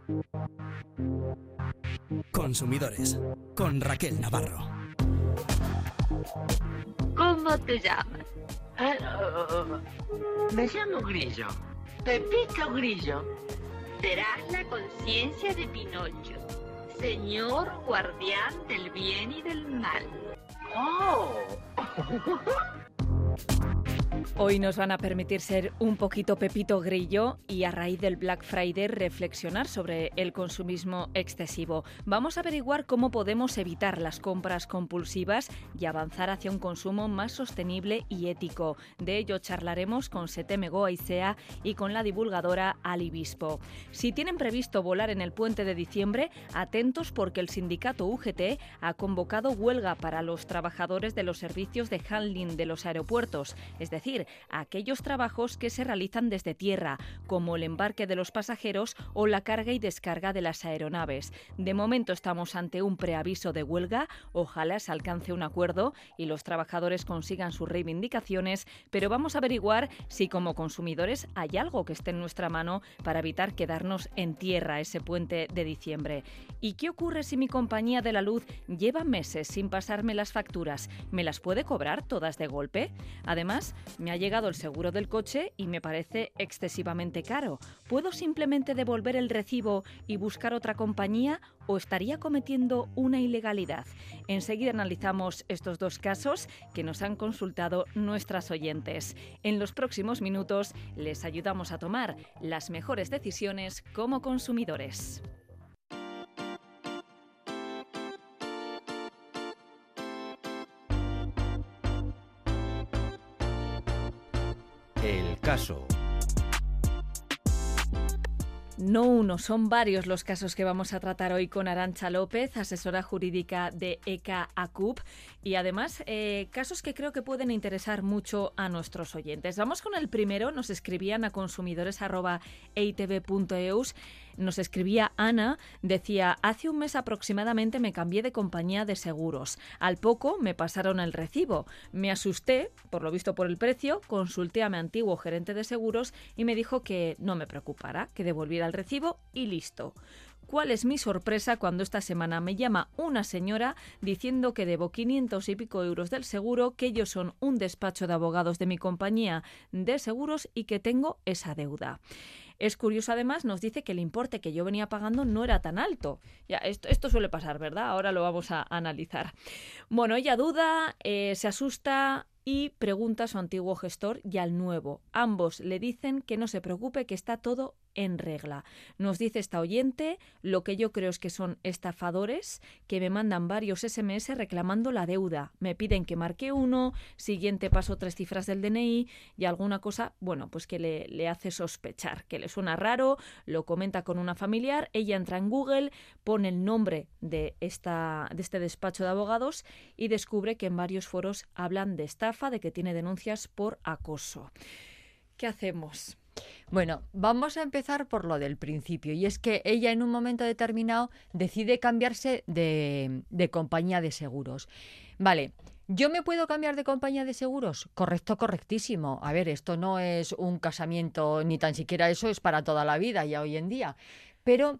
Consumidores, con Raquel Navarro. ¿Cómo te llamas? Me llamo Grillo. Pepito Grillo. Serás la conciencia de Pinocho, señor guardián del bien y del mal. ¡Oh! Hoy nos van a permitir ser un poquito Pepito Grillo y a raíz del Black Friday reflexionar sobre el consumismo excesivo. Vamos a averiguar cómo podemos evitar las compras compulsivas y avanzar hacia un consumo más sostenible y ético. De ello charlaremos con Seteme Goaizea y con la divulgadora Ali Bispo. Si tienen previsto volar en el puente de diciembre, atentos porque el sindicato UGT ha convocado huelga para los trabajadores de los servicios de handling de los aeropuertos, es decir, aquellos trabajos que se realizan desde tierra, como el embarque de los pasajeros o la carga y descarga de las aeronaves. De momento estamos ante un preaviso de huelga, ojalá se alcance un acuerdo y los trabajadores consigan sus reivindicaciones, pero vamos a averiguar si como consumidores hay algo que esté en nuestra mano para evitar quedarnos en tierra ese puente de diciembre. ¿Y qué ocurre si mi compañía de la luz lleva meses sin pasarme las facturas? ¿Me las puede cobrar todas de golpe? Además, me ha llegado el seguro del coche y me parece excesivamente caro. ¿Puedo simplemente devolver el recibo y buscar otra compañía o estaría cometiendo una ilegalidad? Enseguida analizamos estos dos casos que nos han consultado nuestras oyentes. En los próximos minutos les ayudamos a tomar las mejores decisiones como consumidores. El caso. No uno, son varios los casos que vamos a tratar hoy con Arantxa López, asesora jurídica de ECA ACUP, y además casos que creo que pueden interesar mucho a nuestros oyentes. Vamos con el primero. Nos escribían a consumidores@eitv.eus. Nos escribía Ana, decía: hace un mes aproximadamente me cambié de compañía de seguros. Al poco me pasaron el recibo. Me asusté, por lo visto por el precio, consulté a mi antiguo gerente de seguros y me dijo que no me preocupara, que devolviera el recibo y listo. ¿Cuál es mi sorpresa cuando esta semana me llama una señora diciendo que debo 500 y pico euros del seguro, que ellos son un despacho de abogados de mi compañía de seguros y que tengo esa deuda? Es curioso, además, nos dice que el importe que yo venía pagando no era tan alto. Ya, esto suele pasar, ¿verdad? Ahora lo vamos a analizar. Bueno, ella duda, se asusta y pregunta a su antiguo gestor y al nuevo. Ambos le dicen que no se preocupe, que está todo en regla. Nos dice esta oyente: lo que yo creo es que son estafadores que me mandan varios SMS reclamando la deuda. Me piden que marque uno, siguiente paso 3 cifras del DNI y alguna cosa, bueno, pues que le hace sospechar, que le suena raro, lo comenta con una familiar, ella entra en Google, pone el nombre de este despacho de abogados y descubre que en varios foros hablan de estafa, de que tiene denuncias por acoso. ¿Qué hacemos? Bueno, vamos a empezar por lo del principio, y es que ella en un momento determinado decide cambiarse de compañía de seguros. Vale, ¿yo me puedo cambiar de compañía de seguros? Correcto, correctísimo. A ver, esto no es un casamiento, ni tan siquiera eso es para toda la vida ya hoy en día. Pero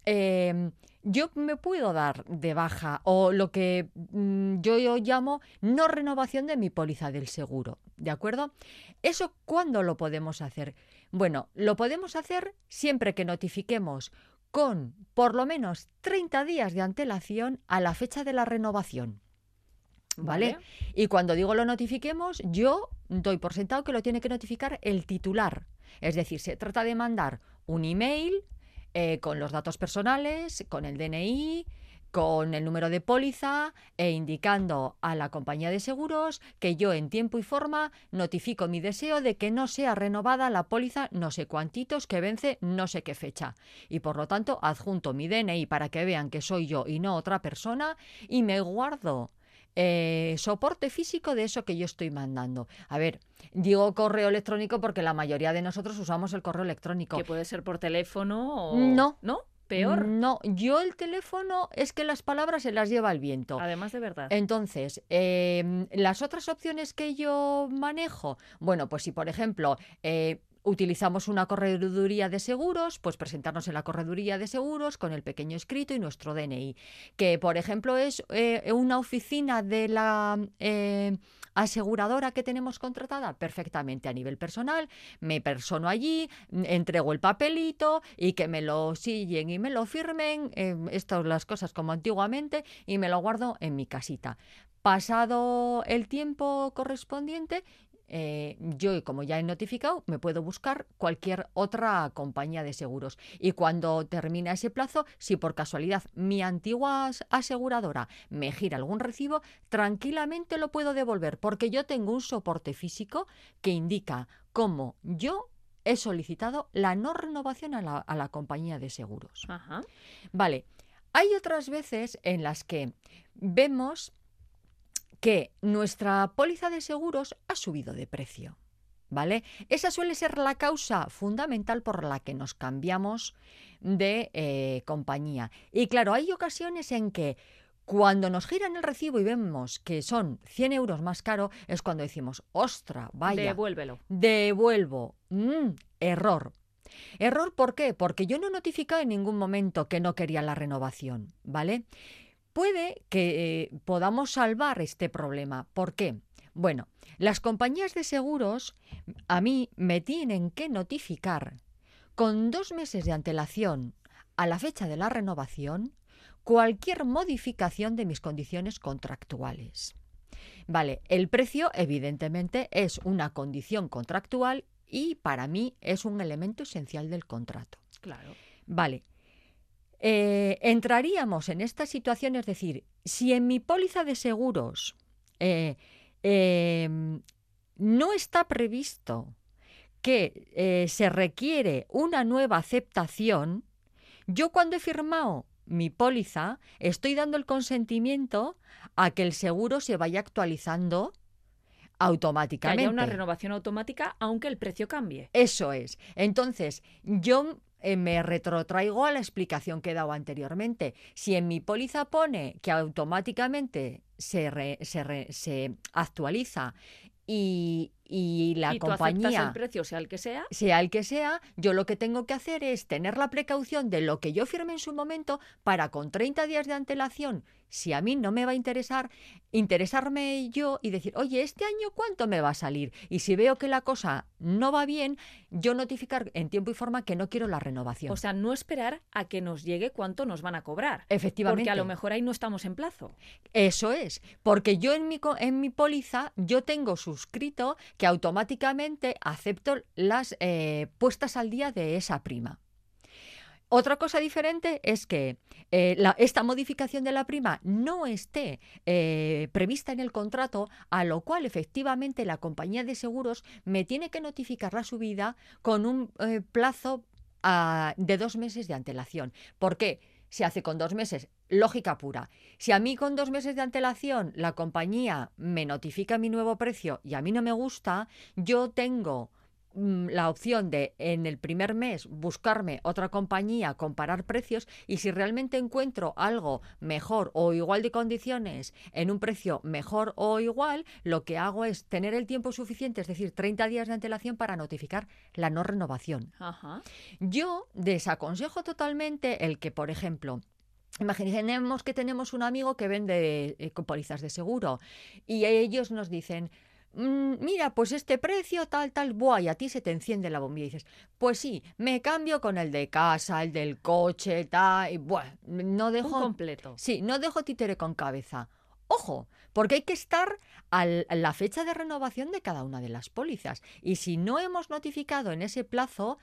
yo me puedo dar de baja o lo que yo llamo no renovación de mi póliza del seguro, ¿de acuerdo? ¿Eso cuándo lo podemos hacer? Bueno, lo podemos hacer siempre que notifiquemos con por lo menos 30 días de antelación a la fecha de la renovación. ¿Vale? Y cuando digo lo notifiquemos, yo doy por sentado que lo tiene que notificar el titular. Es decir, se trata de mandar un email con los datos personales, con el DNI, con el número de póliza e indicando a la compañía de seguros que yo en tiempo y forma notifico mi deseo de que no sea renovada la póliza no sé cuantitos, que vence no sé qué fecha. Y por lo tanto adjunto mi DNI para que vean que soy yo y no otra persona y me guardo soporte físico de eso que yo estoy mandando. A ver, digo correo electrónico porque la mayoría de nosotros usamos el correo electrónico. Que puede ser por teléfono o... No. ¿No? ¿Peor? No, yo el teléfono es que las palabras se las lleva el viento. Además, de verdad. Entonces, las otras opciones que yo manejo, bueno, pues si por ejemplo utilizamos una correduría de seguros, pues presentarnos en la correduría de seguros con el pequeño escrito y nuestro DNI, que por ejemplo es una oficina de la aseguradora que tenemos contratada, perfectamente a nivel personal, me persono allí, entrego el papelito y que me lo sillen y me lo firmen, estas las cosas como antiguamente, y me lo guardo en mi casita. Pasado el tiempo correspondiente, yo, como ya he notificado, me puedo buscar cualquier otra compañía de seguros. Y cuando termina ese plazo, si por casualidad mi antigua aseguradora me gira algún recibo, tranquilamente lo puedo devolver, porque yo tengo un soporte físico que indica cómo yo he solicitado la no renovación a la compañía de seguros. Ajá. Vale, hay otras veces en las que vemos que nuestra póliza de seguros ha subido de precio, ¿vale? Esa suele ser la causa fundamental por la que nos cambiamos de compañía. Y claro, hay ocasiones en que cuando nos giran el recibo y vemos que son 100 euros más caro, es cuando decimos, ¡ostra, vaya! Devuélvelo. Devuelvo. Error. ¿Error por qué? Porque yo no he notificado en ningún momento que no quería la renovación, ¿vale? Puede que podamos salvar este problema. ¿Por qué? Bueno, las compañías de seguros a mí me tienen que notificar con 2 meses de antelación a la fecha de la renovación cualquier modificación de mis condiciones contractuales. Vale, el precio evidentemente es una condición contractual y para mí es un elemento esencial del contrato. Claro. Vale. Entraríamos en esta situación, es decir, si en mi póliza de seguros no está previsto que se requiere una nueva aceptación, yo cuando he firmado mi póliza estoy dando el consentimiento a que el seguro se vaya actualizando automáticamente. Que haya una renovación automática aunque el precio cambie. Eso es. Entonces, yo me retrotraigo a la explicación que he dado anteriormente. Si en mi póliza pone que automáticamente se actualiza y la y tú compañía aceptas el precio, sea el que sea, yo lo que tengo que hacer es tener la precaución de lo que yo firme en su momento para con 30 días de antelación, si a mí no me va a interesarme yo y decir, oye, ¿este año cuánto me va a salir? Y si veo que la cosa no va bien, yo notificar en tiempo y forma que no quiero la renovación. O sea, no esperar a que nos llegue cuánto nos van a cobrar. Efectivamente. Porque a lo mejor ahí no estamos en plazo. Eso es, porque yo en mi póliza yo tengo suscrito que automáticamente acepto las puestas al día de esa prima. Otra cosa diferente es que esta modificación de la prima no esté prevista en el contrato, a lo cual efectivamente la compañía de seguros me tiene que notificar la subida con un plazo de 2 meses de antelación. ¿Por qué? Se hace con 2 meses, lógica pura. Si a mí con 2 meses de antelación la compañía me notifica mi nuevo precio y a mí no me gusta, yo tengo la opción de en el primer mes buscarme otra compañía, comparar precios, y si realmente encuentro algo mejor o igual de condiciones en un precio mejor o igual, lo que hago es tener el tiempo suficiente, es decir, 30 días de antelación para notificar la no renovación. Ajá. Yo desaconsejo totalmente el que, por ejemplo, imaginemos que tenemos un amigo que vende pólizas de seguro y ellos nos dicen, mira, pues este precio tal, buah, y a ti se te enciende la bombilla y dices, pues sí, me cambio con el de casa, el del coche, tal, y buah, no dejo... Un completo. Sí, no dejo títere con cabeza. Ojo, porque hay que estar a la fecha de renovación de cada una de las pólizas. Y si no hemos notificado en ese plazo,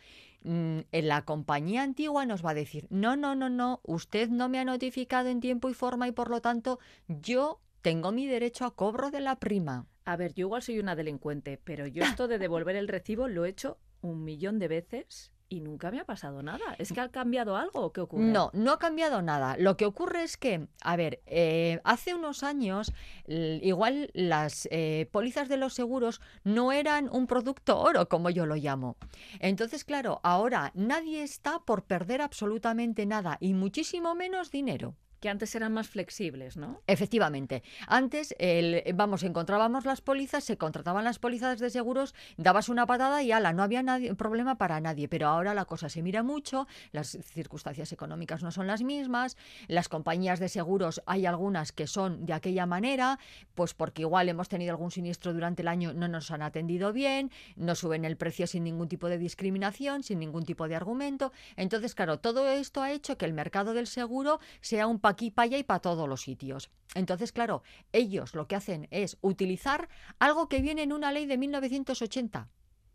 la compañía antigua nos va a decir, no, usted no me ha notificado en tiempo y forma y por lo tanto yo tengo mi derecho a cobro de la prima. A ver, yo igual soy una delincuente, pero yo esto de devolver el recibo lo he hecho 1.000.000 de veces y nunca me ha pasado nada. ¿Es que ha cambiado algo o qué ocurre? No ha cambiado nada. Lo que ocurre es que, a ver, hace unos años, igual las pólizas de los seguros no eran un producto oro, como yo lo llamo. Entonces, claro, ahora nadie está por perder absolutamente nada y muchísimo menos dinero. Que antes eran más flexibles, ¿no? Efectivamente. Antes, encontrábamos las pólizas, se contrataban las pólizas de seguros, dabas una patada y ala, no había problema para nadie. Pero ahora la cosa se mira mucho, las circunstancias económicas no son las mismas, las compañías de seguros hay algunas que son de aquella manera, pues porque igual hemos tenido algún siniestro durante el año, no nos han atendido bien, nos suben el precio sin ningún tipo de discriminación, sin ningún tipo de argumento. Entonces, claro, todo esto ha hecho que el mercado del seguro sea un pa' aquí, pa' allá y para todos los sitios. Entonces, claro, ellos lo que hacen es utilizar algo que viene en una ley de 1980.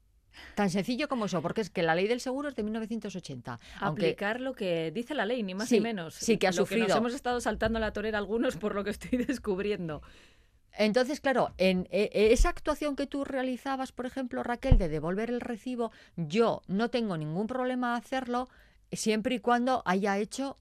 Tan sencillo como eso, porque es que la ley del seguro es de 1980. Aplicar lo que dice la ley, ni más sí, ni menos. Sí, que ha lo sufrido. Que nos hemos estado saltando la torera algunos por lo que estoy descubriendo. Entonces, claro, en esa actuación que tú realizabas, por ejemplo, Raquel, de devolver el recibo, yo no tengo ningún problema a hacerlo siempre y cuando haya hecho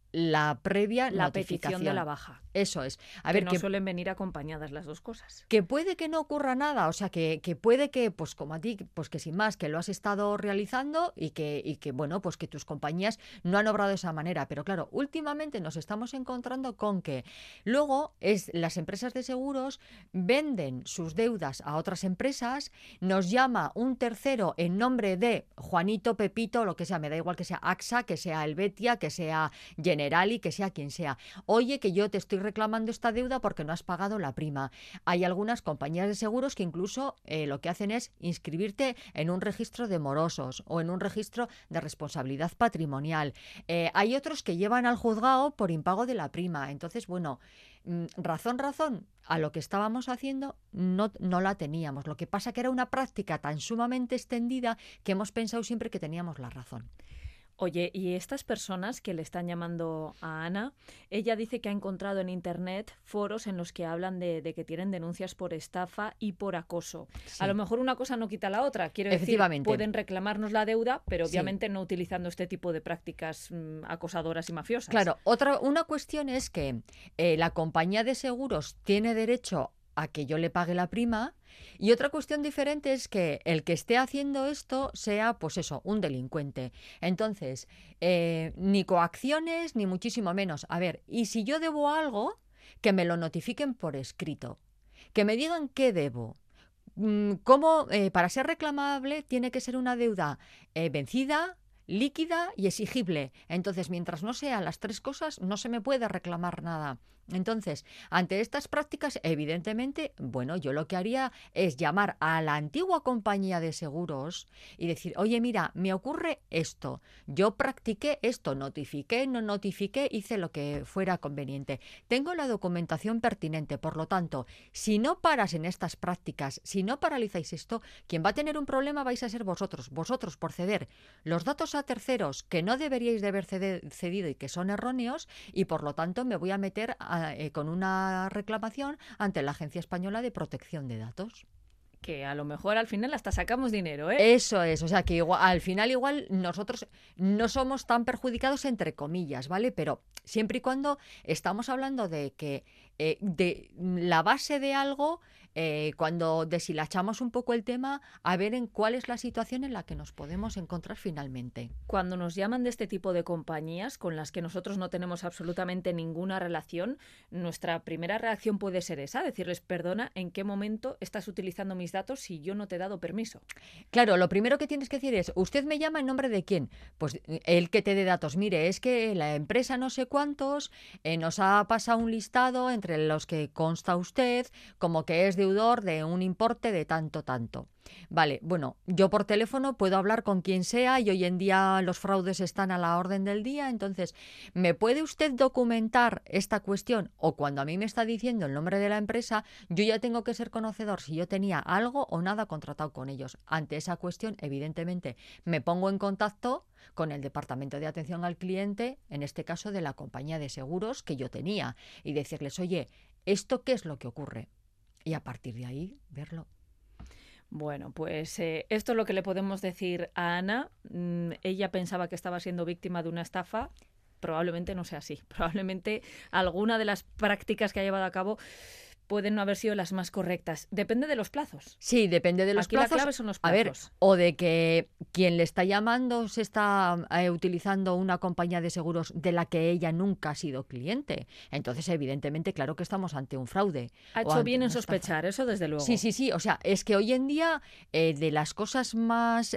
la previa la notificación. Petición de la baja. Eso es. No suelen venir acompañadas las dos cosas. Que puede que no ocurra nada, o sea, que puede que, pues como a ti, pues que sin más, que lo has estado realizando y que bueno, pues que tus compañías no han obrado de esa manera. Pero claro, últimamente nos estamos encontrando con que luego las empresas de seguros venden sus deudas a otras empresas, nos llama un tercero en nombre de Juanito, Pepito, lo que sea, me da igual que sea AXA, que sea Helvetia, que sea Generali, que sea quien sea. Oye, que yo te estoy reclamando esta deuda porque no has pagado la prima. Hay algunas compañías de seguros que incluso lo que hacen es inscribirte en un registro de morosos o en un registro de responsabilidad patrimonial. Hay otros que llevan al juzgado por impago de la prima. Entonces, bueno, razón, a lo que estábamos haciendo no la teníamos. Lo que pasa que era una práctica tan sumamente extendida que hemos pensado siempre que teníamos la razón. Oye, y estas personas que le están llamando a Ana, ella dice que ha encontrado en Internet foros en los que hablan de que tienen denuncias por estafa y por acoso. Sí. A lo mejor una cosa no quita la otra. Quiero decir, pueden reclamarnos la deuda, pero obviamente no utilizando este tipo de prácticas acosadoras y mafiosas. Claro, una cuestión es que la compañía de seguros tiene derecho a que yo le pague la prima. Y otra cuestión diferente es que el que esté haciendo esto sea, pues eso, un delincuente. Entonces, ni coacciones, ni muchísimo menos. A ver, y si yo debo algo, que me lo notifiquen por escrito. Que me digan qué debo. ¿Cómo? Para ser reclamable tiene que ser una deuda vencida, líquida y exigible. Entonces, mientras no sean las tres cosas, no se me puede reclamar nada. Entonces, ante estas prácticas, evidentemente, bueno, yo lo que haría es llamar a la antigua compañía de seguros y decir, oye, mira, me ocurre esto, yo practiqué esto, notifiqué, no notifiqué, hice lo que fuera conveniente. Tengo la documentación pertinente, por lo tanto, si no paras en estas prácticas, si no paralizáis esto, quien va a tener un problema vais a ser vosotros por ceder los datos a terceros que no deberíais de haber cedido y que son erróneos, y por lo tanto me voy a meter con una reclamación ante la Agencia Española de Protección de Datos. Que a lo mejor al final hasta sacamos dinero, ¿eh? Eso es, o sea que al final igual nosotros no somos tan perjudicados entre comillas, ¿vale? Pero siempre y cuando estamos hablando de que de la base de algo, cuando deshilachamos un poco el tema, a ver en cuál es la situación en la que nos podemos encontrar finalmente. Cuando nos llaman de este tipo de compañías con las que nosotros no tenemos absolutamente ninguna relación, nuestra primera reacción puede ser esa, decirles, perdona, ¿en qué momento estás utilizando mis datos si yo no te he dado permiso? Claro, lo primero que tienes que decir es, ¿usted me llama en nombre de quién? Pues el que te dé datos. Mire, es que la empresa no sé cuántos nos ha pasado un listado entre los que consta usted como que es deudor de un importe de tanto. Vale, bueno, yo por teléfono puedo hablar con quien sea y hoy en día los fraudes están a la orden del día, entonces, ¿me puede usted documentar esta cuestión? O cuando a mí me está diciendo el nombre de la empresa, yo ya tengo que ser conocedor si yo tenía algo o nada contratado con ellos. Ante esa cuestión, evidentemente, me pongo en contacto con el departamento de atención al cliente, en este caso de la compañía de seguros que yo tenía, y decirles, oye, ¿esto qué es lo que ocurre? Y a partir de ahí, verlo. Bueno, pues esto es lo que le podemos decir a Ana. Ella pensaba que estaba siendo víctima de una estafa. Probablemente no sea así. Probablemente alguna de las prácticas que ha llevado a cabo pueden no haber sido las más correctas. Depende de los plazos. Sí, depende de los Aquí plazos. la clave son los A ver, plazos. o de que quien le está llamando se está utilizando una compañía de seguros de la que ella nunca ha sido cliente. Entonces, evidentemente, claro que estamos ante un fraude. Ha o hecho ante bien en una estafa. sospechar, eso desde luego. Sí. O sea, es que hoy en día de las cosas más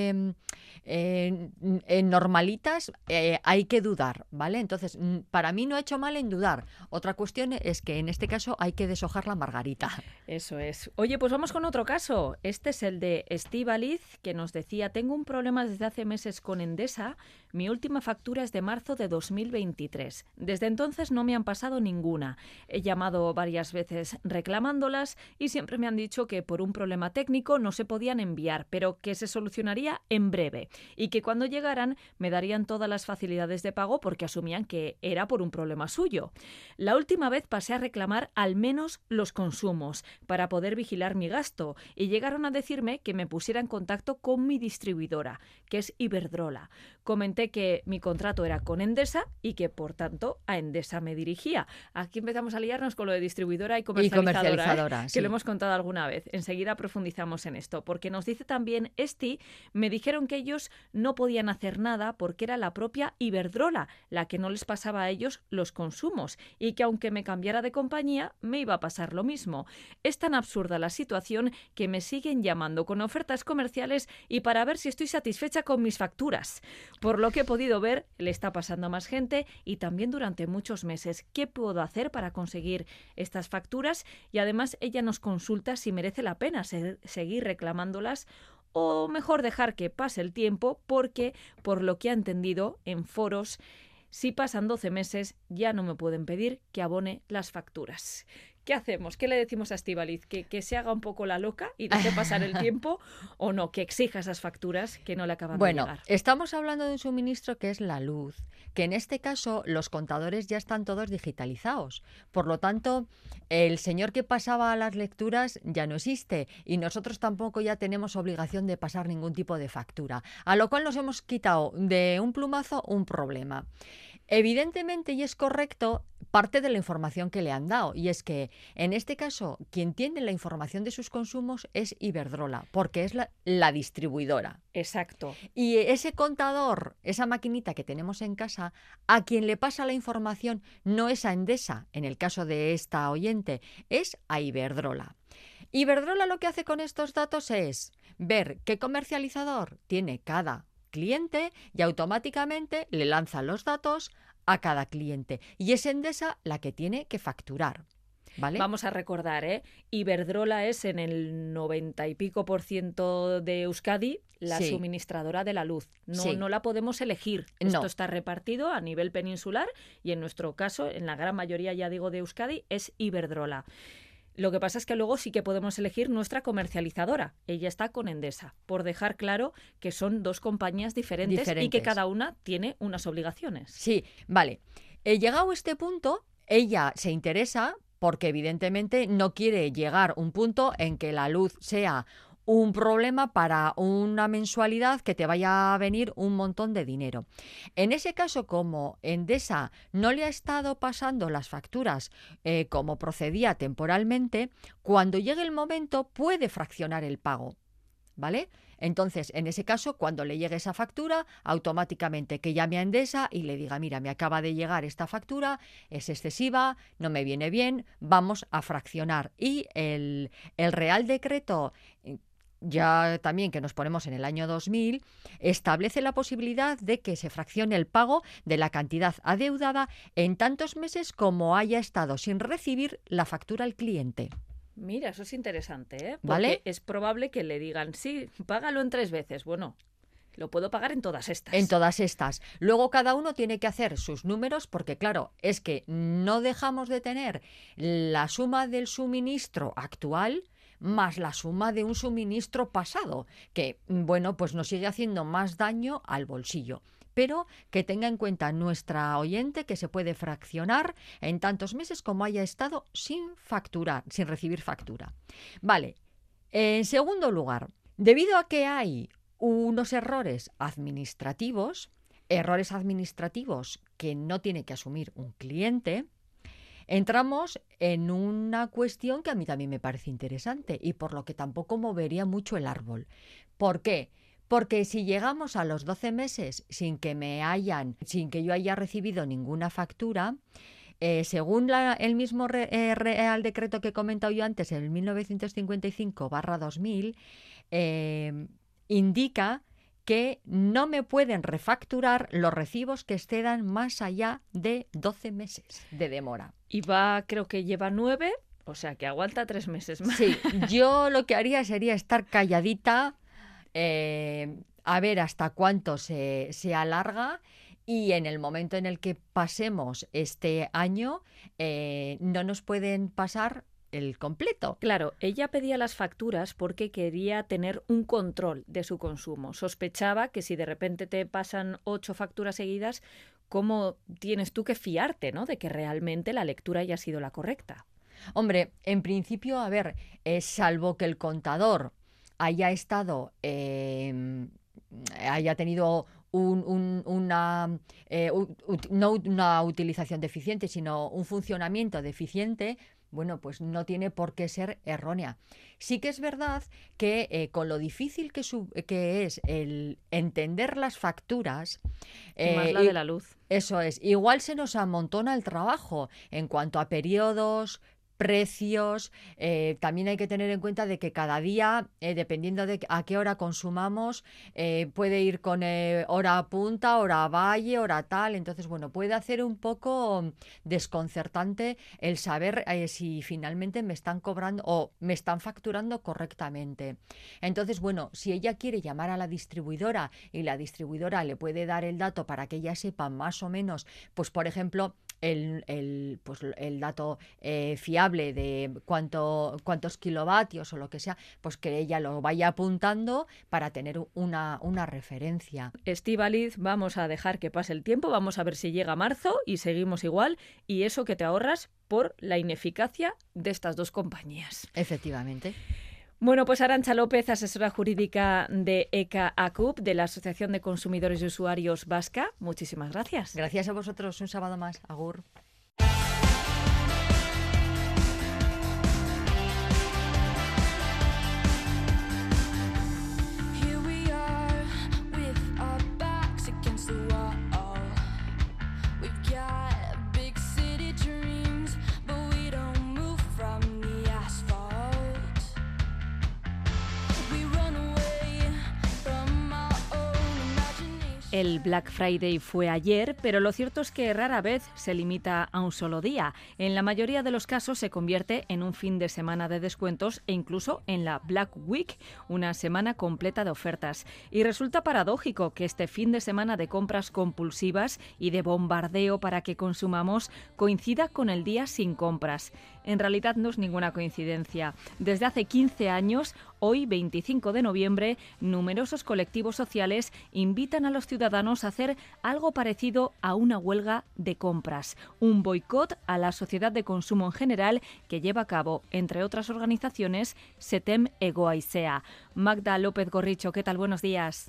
normalitas hay que dudar, ¿vale? Entonces, para mí no ha hecho mal en dudar. Otra cuestión es que en este caso hay que deshojar la margarita. Eso es. Oye, pues vamos con otro caso. Este es el de Estíbaliz, que nos decía: tengo un problema desde hace meses con Endesa. Mi última factura es de marzo de 2023. Desde entonces no me han pasado ninguna. He llamado varias veces reclamándolas y siempre me han dicho que por un problema técnico no se podían enviar, pero que se solucionaría en breve y que cuando llegaran me darían todas las facilidades de pago porque asumían que era por un problema suyo. La última vez pasé a reclamar al menos los consumos para poder vigilar mi gasto y llegaron a decirme que me pusiera en contacto con mi distribuidora, que es Iberdrola. Comenté que mi contrato era con Endesa y que, por tanto, a Endesa me dirigía. Aquí empezamos a liarnos con lo de distribuidora y comercializadora, sí. que lo hemos contado alguna vez. Enseguida profundizamos en esto, porque nos dice también Esti, me dijeron que ellos no podían hacer nada porque era la propia Iberdrola la que no les pasaba a ellos los consumos y que aunque me cambiara de compañía me iba a pasar lo mismo. Es tan absurda la situación que me siguen llamando con ofertas comerciales y para ver si estoy satisfecha con mis facturas. Por lo que he podido ver, le está pasando a más gente y también durante muchos meses. ¿Qué puedo hacer para conseguir estas facturas? Y además ella nos consulta si merece la pena seguir reclamándolas o mejor dejar que pase el tiempo porque, por lo que ha entendido en foros, si pasan 12 meses ya no me pueden pedir que abone las facturas. ¿Qué hacemos? ¿Qué le decimos a Estíbaliz? ¿Que se haga un poco la loca y deje pasar el tiempo o no? Que exija esas facturas que no le acaban de llegar. Bueno, estamos hablando de un suministro que es la luz, que en este caso los contadores ya están todos digitalizados. Por lo tanto, el señor que pasaba las lecturas ya no existe y nosotros tampoco ya tenemos obligación de pasar ningún tipo de factura, a lo cual nos hemos quitado de un plumazo un problema. Evidentemente, y es correcto, parte de la información que le han dado, y es que en este caso quien tiene la información de sus consumos es Iberdrola, porque es la distribuidora. Exacto. Y ese contador, esa maquinita que tenemos en casa, a quien le pasa la información no es a Endesa, en el caso de esta oyente, es a Iberdrola. Iberdrola lo que hace con estos datos es ver qué comercializador tiene cada cliente y automáticamente le lanza los datos a cada cliente. Y es Endesa la que tiene que facturar. ¿Vale? Vamos a recordar, Iberdrola es en el 90 y pico % de Euskadi la suministradora de la luz. No la podemos elegir. No. Esto está repartido a nivel peninsular y en nuestro caso, en la gran mayoría, ya digo, de Euskadi, es Iberdrola. Lo que pasa es que luego sí que podemos elegir nuestra comercializadora. Ella está con Endesa, por dejar claro que son dos compañías diferentes y que cada una tiene unas obligaciones. Sí, vale. Llegado a este punto, ella se interesa porque evidentemente no quiere llegar a un punto en que la luz sea un problema para una mensualidad que te vaya a venir un montón de dinero. En ese caso, como Endesa no le ha estado pasando las facturas como procedía temporalmente, cuando llegue el momento puede fraccionar el pago, ¿vale? Entonces, en ese caso, cuando le llegue esa factura, automáticamente que llame a Endesa y le diga, mira, me acaba de llegar esta factura, es excesiva, no me viene bien, vamos a fraccionar. Y el Real Decreto, ya también que nos ponemos en el año 2000, establece la posibilidad de que se fraccione el pago de la cantidad adeudada en tantos meses como haya estado sin recibir la factura al cliente. Mira, eso es interesante, ¿eh? Porque ¿Vale? es probable que le digan, sí, págalo en 3 veces. Bueno, lo puedo pagar en todas estas. En todas estas. Luego cada uno tiene que hacer sus números porque, claro, es que no dejamos de tener la suma del suministro actual más la suma de un suministro pasado, que, bueno, pues nos sigue haciendo más daño al bolsillo. Pero que tenga en cuenta nuestra oyente que se puede fraccionar en tantos meses como haya estado sin facturar, sin recibir factura. Vale. En segundo lugar, debido a que hay unos errores administrativos que no tiene que asumir un cliente, entramos en una cuestión que a mí también me parece interesante y por lo que tampoco movería mucho el árbol. ¿Por qué? Porque si llegamos a los 12 meses sin que yo haya recibido ninguna factura, según el mismo Real Decreto que he comentado yo antes, el 1955/2000, indica que no me pueden refacturar los recibos que excedan más allá de 12 meses de demora. Y creo que lleva 9, o sea que aguanta 3 meses más. Sí, yo lo que haría sería estar calladita, a ver hasta cuánto se alarga, y en el momento en el que pasemos este año no nos pueden pasar el completo. Claro, ella pedía las facturas porque quería tener un control de su consumo. Sospechaba que si de repente te pasan 8 facturas seguidas, ¿cómo tienes tú que fiarte, ¿no?, de que realmente la lectura haya sido la correcta? Hombre, en principio, a ver, salvo que el contador haya tenido no una utilización deficiente, sino un funcionamiento deficiente, bueno, pues no tiene por qué ser errónea. Sí que es verdad que con lo difícil que es el entender las facturas... Más la de la luz. Eso es. Igual se nos amontona el trabajo en cuanto a periodos, precios. También hay que tener en cuenta de que cada día, dependiendo de a qué hora consumamos, puede ir con hora punta, hora valle, hora tal. Entonces, bueno, puede hacer un poco desconcertante el saber si finalmente me están cobrando o me están facturando correctamente. Entonces, bueno, si ella quiere llamar a la distribuidora y la distribuidora le puede dar el dato para que ella sepa más o menos, pues por ejemplo, el dato fiable de cuántos kilovatios o lo que sea, pues que ella lo vaya apuntando para tener una referencia. Estíbaliz, vamos a dejar que pase el tiempo, vamos a ver si llega marzo y seguimos igual, y eso que te ahorras por la ineficacia de estas dos compañías. Efectivamente. Bueno, pues Arantxa López, asesora jurídica de ECA ACUP, de la Asociación de Consumidores y Usuarios Vasca, muchísimas gracias. Gracias a vosotros, un sábado más. Agur. El Black Friday fue ayer, pero lo cierto es que rara vez se limita a un solo día. En la mayoría de los casos se convierte en un fin de semana de descuentos e incluso en la Black Week, una semana completa de ofertas. Y resulta paradójico que este fin de semana de compras compulsivas y de bombardeo para que consumamos coincida con el día sin compras. En realidad no es ninguna coincidencia. Desde hace 15 años, hoy, 25 de noviembre, numerosos colectivos sociales invitan a los ciudadanos a hacer algo parecido a una huelga de compras, un boicot a la sociedad de consumo en general que lleva a cabo, entre otras organizaciones, SETEM Egoaizea. Magda López Gorricho, ¿qué tal? Buenos días.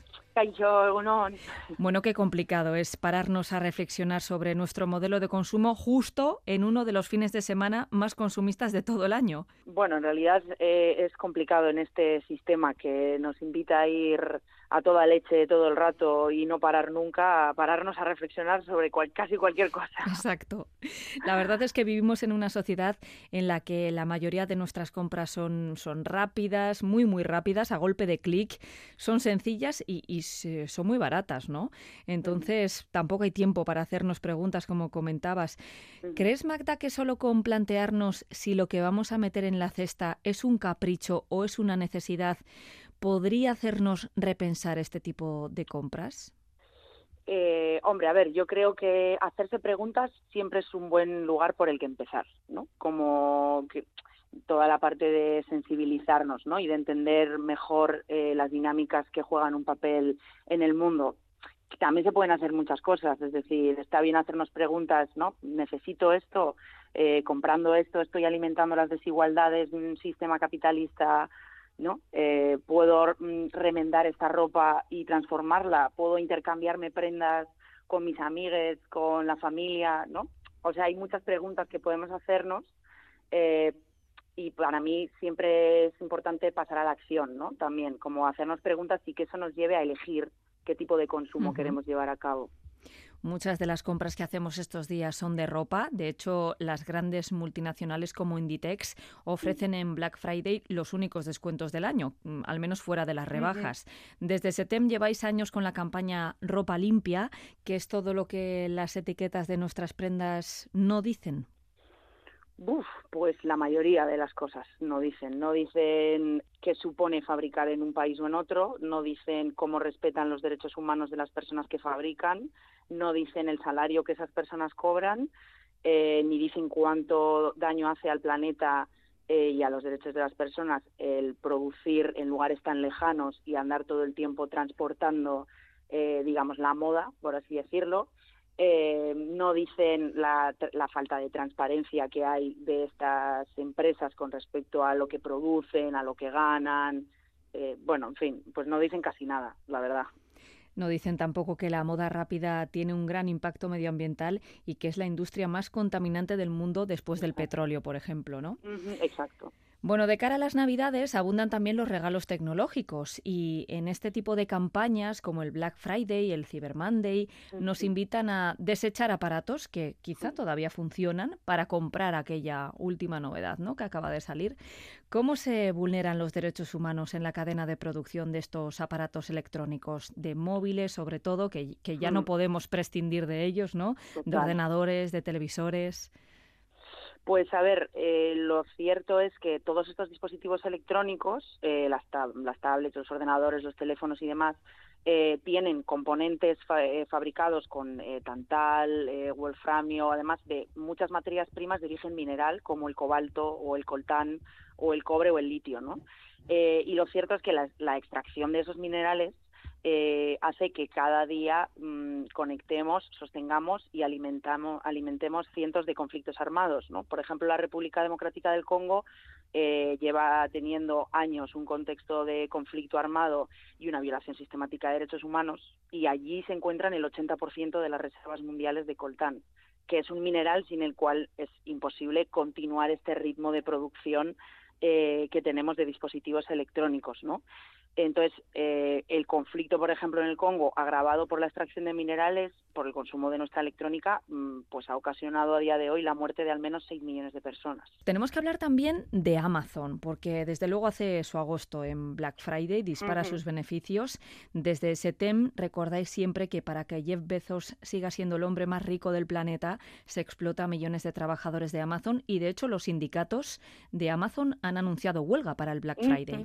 Bueno, qué complicado es pararnos a reflexionar sobre nuestro modelo de consumo justo en uno de los fines de semana más consumistas de todo el año. Bueno, en realidad es complicado en este sistema que nos invita a ir a toda leche todo el rato y no parar nunca, a pararnos a reflexionar sobre casi cualquier cosa. Exacto. La verdad es que vivimos en una sociedad en la que la mayoría de nuestras compras son rápidas, muy, muy rápidas, a golpe de clic, son sencillas y son muy baratas, ¿no? Entonces, tampoco hay tiempo para hacernos preguntas, como comentabas. ¿Crees, Magda, que solo con plantearnos si lo que vamos a meter en la cesta es un capricho o es una necesidad, podría hacernos repensar este tipo de compras? Hombre, a ver, yo creo que hacerse preguntas siempre es un buen lugar por el que empezar, ¿no? Como que toda la parte de sensibilizarnos, ¿no? Y de entender mejor las dinámicas que juegan un papel en el mundo. También se pueden hacer muchas cosas, es decir, está bien hacernos preguntas, ¿no? Necesito esto, comprando esto, estoy alimentando las desigualdades de un sistema capitalista, ¿no? Puedo remendar esta ropa y transformarla, puedo intercambiarme prendas con mis amigues, con la familia, ¿no? O sea, hay muchas preguntas que podemos hacernos y para mí siempre es importante pasar a la acción, ¿no? También, como hacernos preguntas y que eso nos lleve a elegir qué tipo de consumo queremos llevar a cabo. Muchas de las compras que hacemos estos días son de ropa. De hecho, las grandes multinacionales como Inditex ofrecen en Black Friday los únicos descuentos del año, al menos fuera de las rebajas. Desde Setem lleváis años con la campaña Ropa Limpia, que es todo lo que las etiquetas de nuestras prendas no dicen. Pues la mayoría de las cosas no dicen qué supone fabricar en un país o en otro, no dicen cómo respetan los derechos humanos de las personas que fabrican, no dicen el salario que esas personas cobran, ni dicen cuánto daño hace al planeta y a los derechos de las personas el producir en lugares tan lejanos y andar todo el tiempo transportando, digamos, la moda, por así decirlo. No dicen la falta de transparencia que hay de estas empresas con respecto a lo que producen, a lo que ganan. En fin, pues no dicen casi nada, la verdad. No dicen tampoco que la moda rápida tiene un gran impacto medioambiental y que es la industria más contaminante del mundo después del petróleo, por ejemplo, ¿no? Exacto. Bueno, de cara a las Navidades abundan también los regalos tecnológicos y en este tipo de campañas como el Black Friday y el Cyber Monday nos invitan a desechar aparatos que quizá todavía funcionan para comprar aquella última novedad, ¿no?, que acaba de salir. ¿Cómo se vulneran los derechos humanos en la cadena de producción de estos aparatos electrónicos, de móviles sobre todo, que ya no podemos prescindir de ellos, ¿no?, de ordenadores, de televisores? Pues a ver, lo cierto es que todos estos dispositivos electrónicos, las tablets, los ordenadores, los teléfonos y demás, tienen componentes fabricados con tantal, wolframio, además de muchas materias primas de origen mineral como el cobalto o el coltán o el cobre o el litio, ¿no? Y lo cierto es que la extracción de esos minerales hace que cada día conectemos, sostengamos y alimentemos cientos de conflictos armados, ¿no? Por ejemplo, la República Democrática del Congo lleva teniendo años un contexto de conflicto armado y una violación sistemática de derechos humanos, y allí se encuentran el 80% de las reservas mundiales de coltán, que es un mineral sin el cual es imposible continuar este ritmo de producción que tenemos de dispositivos electrónicos, ¿no? Entonces, el conflicto, por ejemplo, en el Congo, agravado por la extracción de minerales, por el consumo de nuestra electrónica, pues ha ocasionado a día de hoy la muerte de al menos 6 millones de personas. Tenemos que hablar también de Amazon, porque desde luego hace su agosto en Black Friday, dispara sus beneficios. Desde Setem recordáis siempre que para que Jeff Bezos siga siendo el hombre más rico del planeta, se explota a millones de trabajadores de Amazon y, de hecho, los sindicatos de Amazon han anunciado huelga para el Black Friday.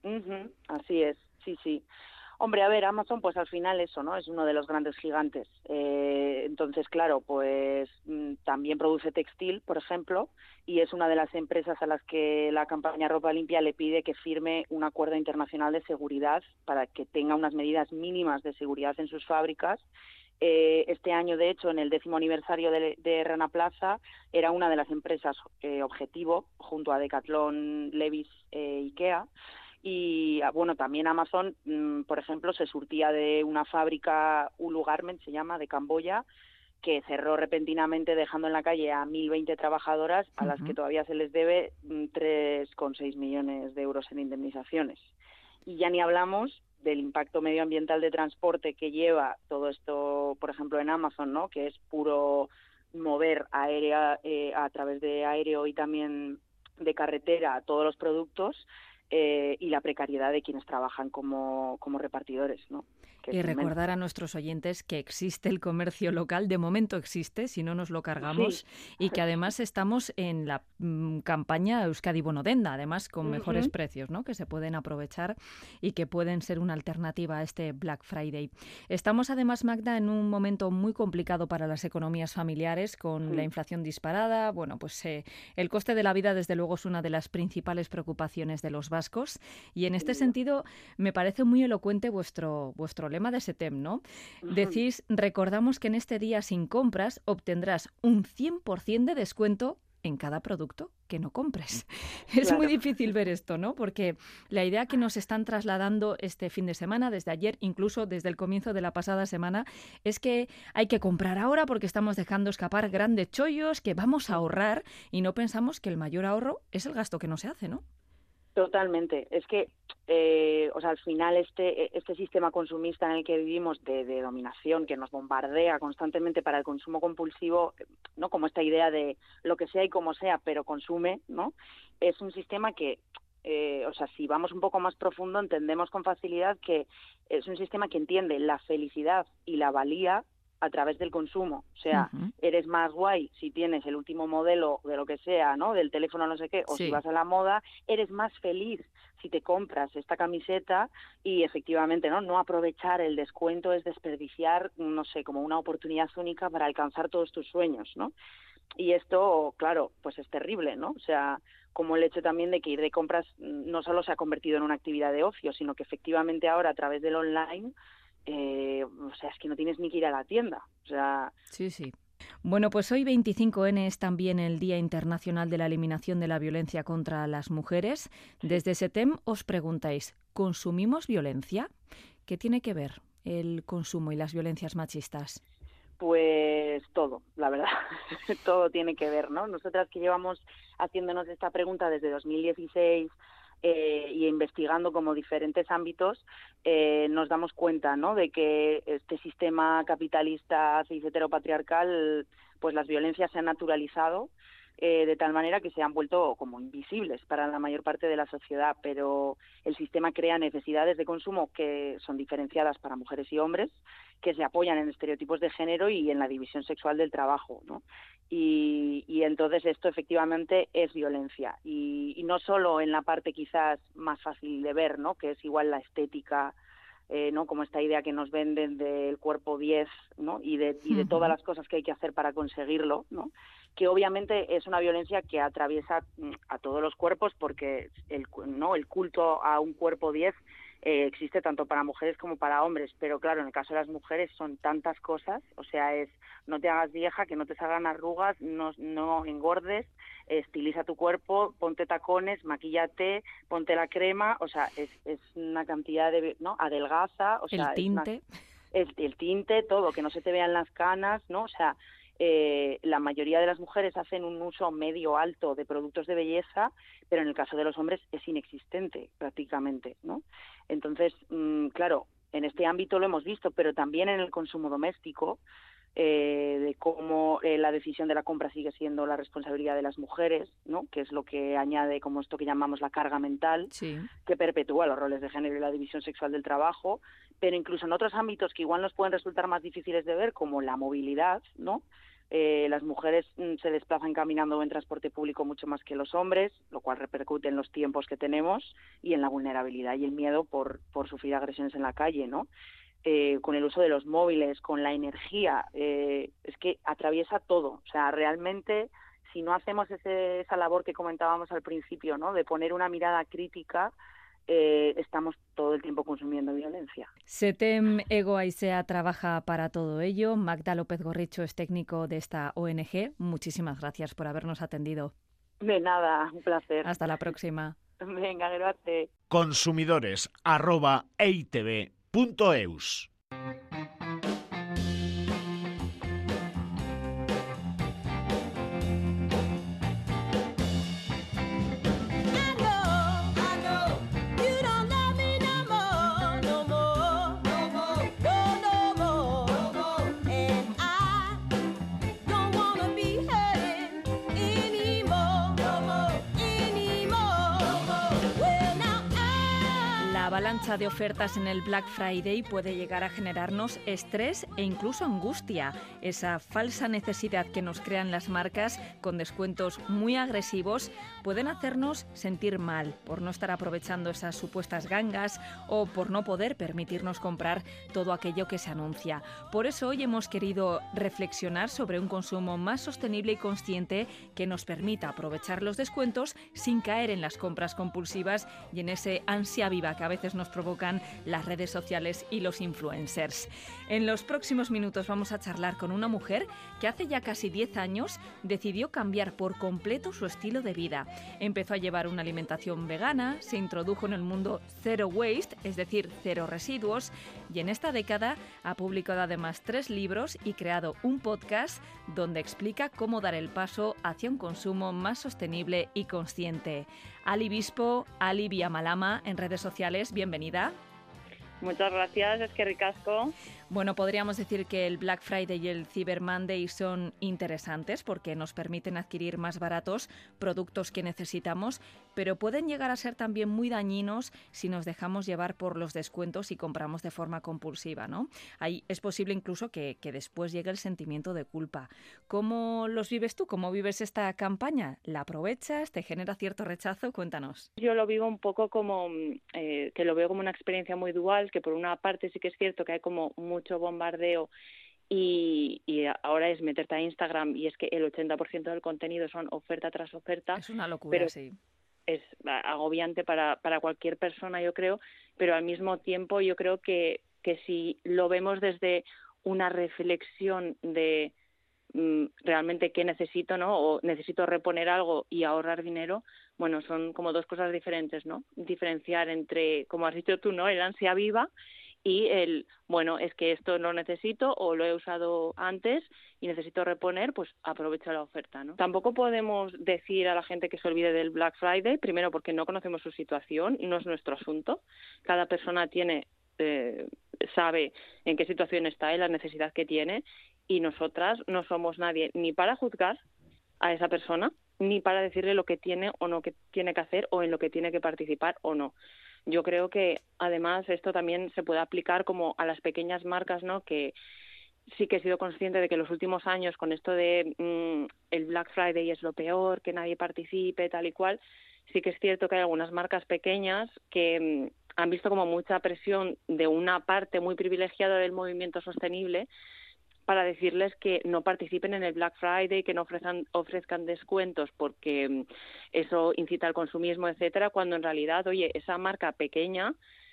Así es, sí. Hombre, a ver, Amazon, pues al final eso, ¿no? Es uno de los grandes gigantes. Entonces, claro, pues también produce textil, por ejemplo, y es una de las empresas a las que la campaña Ropa Limpia le pide que firme un acuerdo internacional de seguridad para que tenga unas medidas mínimas de seguridad en sus fábricas. Este año, de hecho, en el 10º aniversario de Rana Plaza, era una de las empresas objetivo, junto a Decathlon, Levi's, IKEA. Y bueno, también Amazon, por ejemplo, se surtía de una fábrica, Ulu Garment se llama, de Camboya, que cerró repentinamente dejando en la calle a 1.020 trabajadoras a las que todavía se les debe 3,6 millones de euros en indemnizaciones. Y ya ni hablamos del impacto medioambiental de transporte que lleva todo esto, por ejemplo, en Amazon, ¿no?, que es puro mover a través de aéreo y también de carretera todos los productos. Y la precariedad de quienes trabajan como repartidores, ¿no? Y recordar a nuestros oyentes que existe el comercio local, de momento existe, si no nos lo cargamos, y que además estamos en la campaña Euskadi Bono Denda, además con mejores precios, ¿no?, que se pueden aprovechar y que pueden ser una alternativa a este Black Friday. Estamos además, Magda, en un momento muy complicado para las economías familiares, con la inflación disparada. Bueno, pues el coste de la vida, desde luego, es una de las principales preocupaciones de los vascos, y en este sentido me parece muy elocuente vuestro lema de Setem, ¿no? Decís, recordamos que en este día sin compras obtendrás un 100% de descuento en cada producto. que no compres. Es muy difícil ver esto, ¿no? Porque la idea que nos están trasladando este fin de semana, desde ayer, incluso desde el comienzo de la pasada semana, es que hay que comprar ahora porque estamos dejando escapar grandes chollos, que vamos a ahorrar y no pensamos que el mayor ahorro es el gasto que no se hace, ¿no? Totalmente. Es que, al final este sistema consumista en el que vivimos de dominación, que nos bombardea constantemente para el consumo compulsivo, ¿no? Como esta idea de lo que sea y como sea, pero consume, ¿no? Es un sistema que, si vamos un poco más profundo, entendemos con facilidad que es un sistema que entiende la felicidad y la valía a través del consumo. O sea, eres más guay si tienes el último modelo de lo que sea, ¿no? Del teléfono no sé qué, o si vas a la moda, eres más feliz si te compras esta camiseta y efectivamente, no aprovechar el descuento es desperdiciar, no sé, como una oportunidad única para alcanzar todos tus sueños, ¿no? Y esto, claro, pues es terrible, ¿no? O sea, como el hecho también de que ir de compras no solo se ha convertido en una actividad de ocio, sino que efectivamente ahora a través del online es que no tienes ni que ir a la tienda. O sea... Sí. Bueno, pues hoy 25N es también el Día Internacional de la Eliminación de la Violencia contra las Mujeres. Desde SETEM os preguntáis, ¿consumimos violencia? ¿Qué tiene que ver el consumo y las violencias machistas? Pues todo, la verdad, todo tiene que ver, ¿no? Nosotras que llevamos haciéndonos esta pregunta desde 2016 y investigando como diferentes ámbitos, nos damos cuenta, ¿no? De que este sistema capitalista cis heteropatriarcal, pues las violencias se han naturalizado de tal manera que se han vuelto como invisibles para la mayor parte de la sociedad, pero el sistema crea necesidades de consumo que son diferenciadas para mujeres y hombres, que se apoyan en estereotipos de género y en la división sexual del trabajo, ¿no? Y entonces esto efectivamente es violencia, y no solo en la parte quizás más fácil de ver, ¿no? Que es igual la estética, ¿no? Como esta idea que nos venden del cuerpo 10, ¿no? Y de todas las cosas que hay que hacer para conseguirlo, ¿no? Que obviamente es una violencia que atraviesa a todos los cuerpos, porque el culto a un cuerpo 10 existe tanto para mujeres como para hombres, pero claro, en el caso de las mujeres son tantas cosas, o sea, es no te hagas vieja, que no te salgan arrugas, no engordes, estiliza tu cuerpo, ponte tacones, maquíllate, ponte la crema, o sea, es una cantidad de, ¿no? Adelgaza, o sea, el tinte, el tinte, todo, que no se te vean las canas, ¿no? O sea, la mayoría de las mujeres hacen un uso medio alto de productos de belleza, pero en el caso de los hombres es inexistente prácticamente, ¿no? Entonces, claro, en este ámbito lo hemos visto, pero también en el consumo doméstico, de cómo la decisión de la compra sigue siendo la responsabilidad de las mujeres, ¿no? Que es lo que añade como esto que llamamos la carga mental, que perpetúa los roles de género y la división sexual del trabajo, pero incluso en otros ámbitos que igual nos pueden resultar más difíciles de ver, como la movilidad, ¿no? Las mujeres se desplazan caminando o en transporte público mucho más que los hombres, lo cual repercute en los tiempos que tenemos y en la vulnerabilidad y el miedo por sufrir agresiones en la calle, ¿no? Con el uso de los móviles, con la energía, es que atraviesa todo. O sea, realmente, si no hacemos esa labor que comentábamos al principio, ¿no? De poner una mirada crítica, estamos todo el tiempo consumiendo violencia. SETEM Ego Aisea trabaja para todo ello. Magda López Gorricho es técnico de esta ONG. Muchísimas gracias por habernos atendido. De nada, un placer. Hasta la próxima. Venga, gracias. Consumidores@eitb.eus. La avalancha de ofertas en el Black Friday puede llegar a generarnos estrés e incluso angustia. Esa falsa necesidad que nos crean las marcas con descuentos muy agresivos pueden hacernos sentir mal por no estar aprovechando esas supuestas gangas o por no poder permitirnos comprar todo aquello que se anuncia. Por eso hoy hemos querido reflexionar sobre un consumo más sostenible y consciente que nos permita aprovechar los descuentos sin caer en las compras compulsivas y en ese ansia viva que a veces veces nos provocan las redes sociales y los influencers. En los próximos minutos vamos a charlar con una mujer que hace ya casi 10 años decidió cambiar por completo su estilo de vida. Empezó a llevar una alimentación vegana, se introdujo en el mundo Zero Waste, es decir, cero residuos, y en esta década ha publicado además 3 libros y creado un podcast donde explica cómo dar el paso hacia un consumo más sostenible y consciente. Ali Bispo, Ali Villamalama en redes sociales, bienvenida. Muchas gracias, es que ricasco. Bueno, podríamos decir que el Black Friday y el Cyber Monday son interesantes porque nos permiten adquirir más baratos productos que necesitamos, pero pueden llegar a ser también muy dañinos si nos dejamos llevar por los descuentos y compramos de forma compulsiva, ¿no? Ahí es posible incluso que después llegue el sentimiento de culpa. ¿Cómo los vives tú? ¿Cómo vives esta campaña? ¿La aprovechas? ¿Te genera cierto rechazo? Cuéntanos. Yo lo vivo un poco como, que lo veo como una experiencia muy dual, que por una parte sí que es cierto que hay como mucho bombardeo y ahora es meterte a Instagram y es que el 80% del contenido son oferta tras oferta. Es una locura, pero sí. Es agobiante para cualquier persona, yo creo, pero al mismo tiempo yo creo que si lo vemos desde una reflexión de realmente qué necesito, ¿no? O necesito reponer algo y ahorrar dinero, bueno, son como dos cosas diferentes, ¿no? Diferenciar entre, como has dicho tú, ¿no? El ansia viva y el, bueno, es que esto lo necesito o lo he usado antes y necesito reponer, pues aprovecho la oferta, ¿no? Tampoco podemos decir a la gente que se olvide del Black Friday, primero porque no conocemos su situación, no es nuestro asunto. Cada persona sabe en qué situación está y la necesidad que tiene, y nosotras no somos nadie ni para juzgar a esa persona, ni para decirle lo que tiene o no que tiene que hacer o en lo que tiene que participar o no. Yo creo que además esto también se puede aplicar como a las pequeñas marcas, ¿no? Que sí que he sido consciente de que en los últimos años con esto de el Black Friday es lo peor, que nadie participe, tal y cual, sí que es cierto que hay algunas marcas pequeñas que han visto como mucha presión de una parte muy privilegiada del movimiento sostenible para decirles que no participen en el Black Friday, que no ofrezcan descuentos porque eso incita al consumismo, etcétera, cuando en realidad, oye, esa marca pequeña,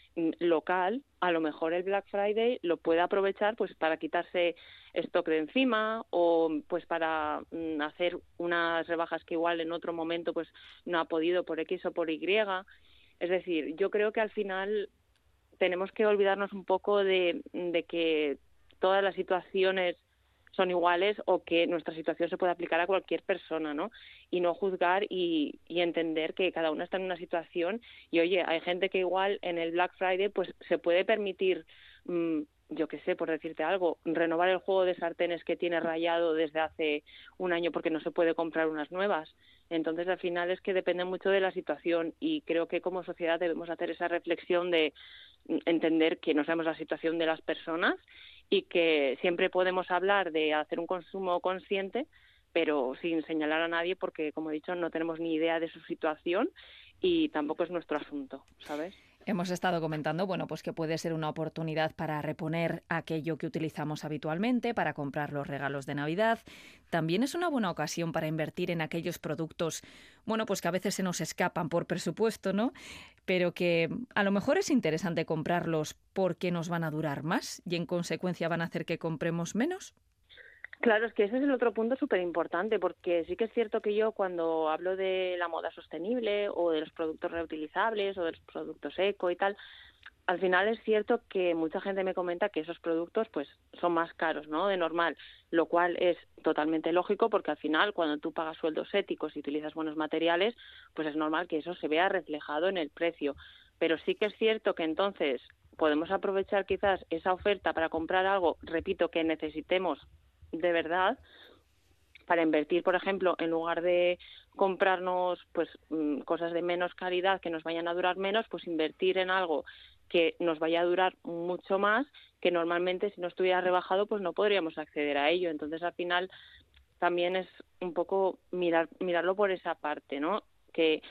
local, a lo mejor el Black Friday lo puede aprovechar pues para quitarse stock de encima o pues para hacer unas rebajas que igual en otro momento pues no ha podido por X o por Y. Es decir, yo creo que al final tenemos que olvidarnos un poco de que todas las situaciones son iguales o que nuestra situación se puede aplicar a cualquier persona, ¿no? Y no juzgar y entender que cada uno está en una situación y, oye, hay gente que igual en el Black Friday pues se puede permitir, yo qué sé, por decirte algo, renovar el juego de sartenes que tiene rayado desde hace un año porque no se puede comprar unas nuevas. Entonces, al final es que depende mucho de la situación y creo que como sociedad debemos hacer esa reflexión de entender que no sabemos la situación de las personas y que siempre podemos hablar de hacer un consumo consciente, pero sin señalar a nadie porque, como he dicho, no tenemos ni idea de su situación y tampoco es nuestro asunto, ¿sabes? Hemos estado comentando, bueno, pues que puede ser una oportunidad para reponer aquello que utilizamos habitualmente, para comprar los regalos de Navidad. También es una buena ocasión para invertir en aquellos productos, bueno, pues que a veces se nos escapan por presupuesto, ¿no? Pero que a lo mejor es interesante comprarlos porque nos van a durar más y en consecuencia van a hacer que compremos menos. Claro, es que ese es el otro punto súper importante, porque sí que es cierto que yo cuando hablo de la moda sostenible o de los productos reutilizables o de los productos eco y tal, al final es cierto que mucha gente me comenta que esos productos pues son más caros, ¿no? De normal, lo cual es totalmente lógico porque al final cuando tú pagas sueldos éticos y utilizas buenos materiales, pues es normal que eso se vea reflejado en el precio. Pero sí que es cierto que entonces podemos aprovechar quizás esa oferta para comprar algo, repito, que necesitemos de verdad, para invertir, por ejemplo, en lugar de comprarnos pues cosas de menos calidad que nos vayan a durar menos, pues invertir en algo que nos vaya a durar mucho más, que normalmente si no estuviera rebajado pues no podríamos acceder a ello. Entonces al final también es un poco mirarlo por esa parte, ¿no? Que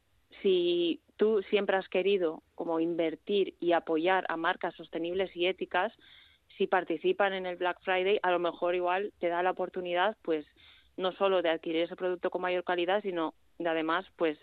si tú siempre has querido como invertir y apoyar a marcas sostenibles y éticas, si participan en el Black Friday, a lo mejor igual te da la oportunidad, pues, no solo de adquirir ese producto con mayor calidad, sino de además, pues,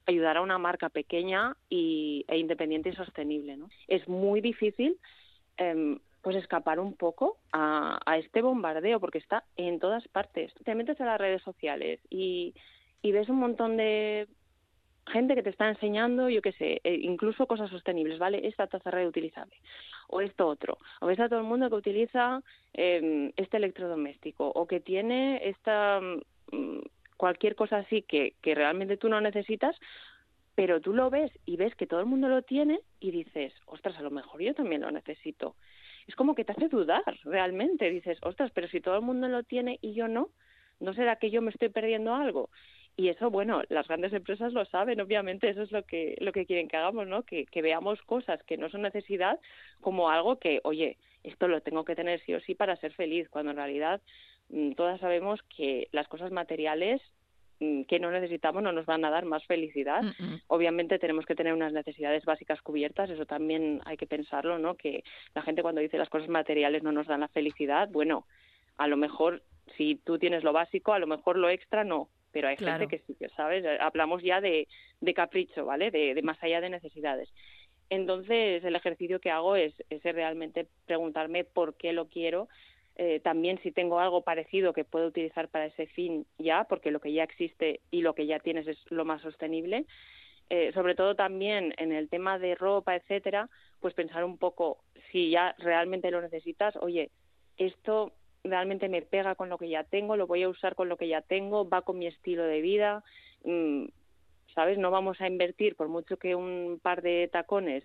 ayudar a una marca pequeña e independiente y sostenible, ¿no? Es muy difícil pues escapar un poco a este bombardeo, porque está en todas partes. Te metes a las redes sociales y ves un montón de gente que te está enseñando, yo qué sé, incluso cosas sostenibles, ¿vale? Esta taza reutilizable, o esto otro. O ves a todo el mundo que utiliza este electrodoméstico, o que tiene esta cualquier cosa así que realmente tú no necesitas, pero tú lo ves y ves que todo el mundo lo tiene y dices, ostras, a lo mejor yo también lo necesito. Es como que te hace dudar realmente. Dices, ostras, pero si todo el mundo lo tiene y yo no, ¿no será que yo me estoy perdiendo algo? Y eso, bueno, las grandes empresas lo saben, obviamente, eso es lo que quieren que hagamos, ¿no? Que veamos cosas que no son necesidad como algo que, oye, esto lo tengo que tener sí o sí para ser feliz, cuando en realidad todas sabemos que las cosas materiales que no necesitamos no nos van a dar más felicidad. Obviamente tenemos que tener unas necesidades básicas cubiertas, eso también hay que pensarlo, ¿no? Que la gente cuando dice las cosas materiales no nos dan la felicidad, bueno, a lo mejor si tú tienes lo básico, a lo mejor lo extra no, pero hay gente que sí, que sabes, hablamos ya de capricho, ¿vale? De más allá de necesidades. Entonces el ejercicio que hago es realmente preguntarme por qué lo quiero. También si tengo algo parecido que puedo utilizar para ese fin ya, porque lo que ya existe y lo que ya tienes es lo más sostenible. Sobre todo también en el tema de ropa, etcétera, pues pensar un poco si ya realmente lo necesitas, oye, esto realmente me pega con lo que ya tengo, lo voy a usar con lo que ya tengo, va con mi estilo de vida, ¿sabes? No vamos a invertir, por mucho que un par de tacones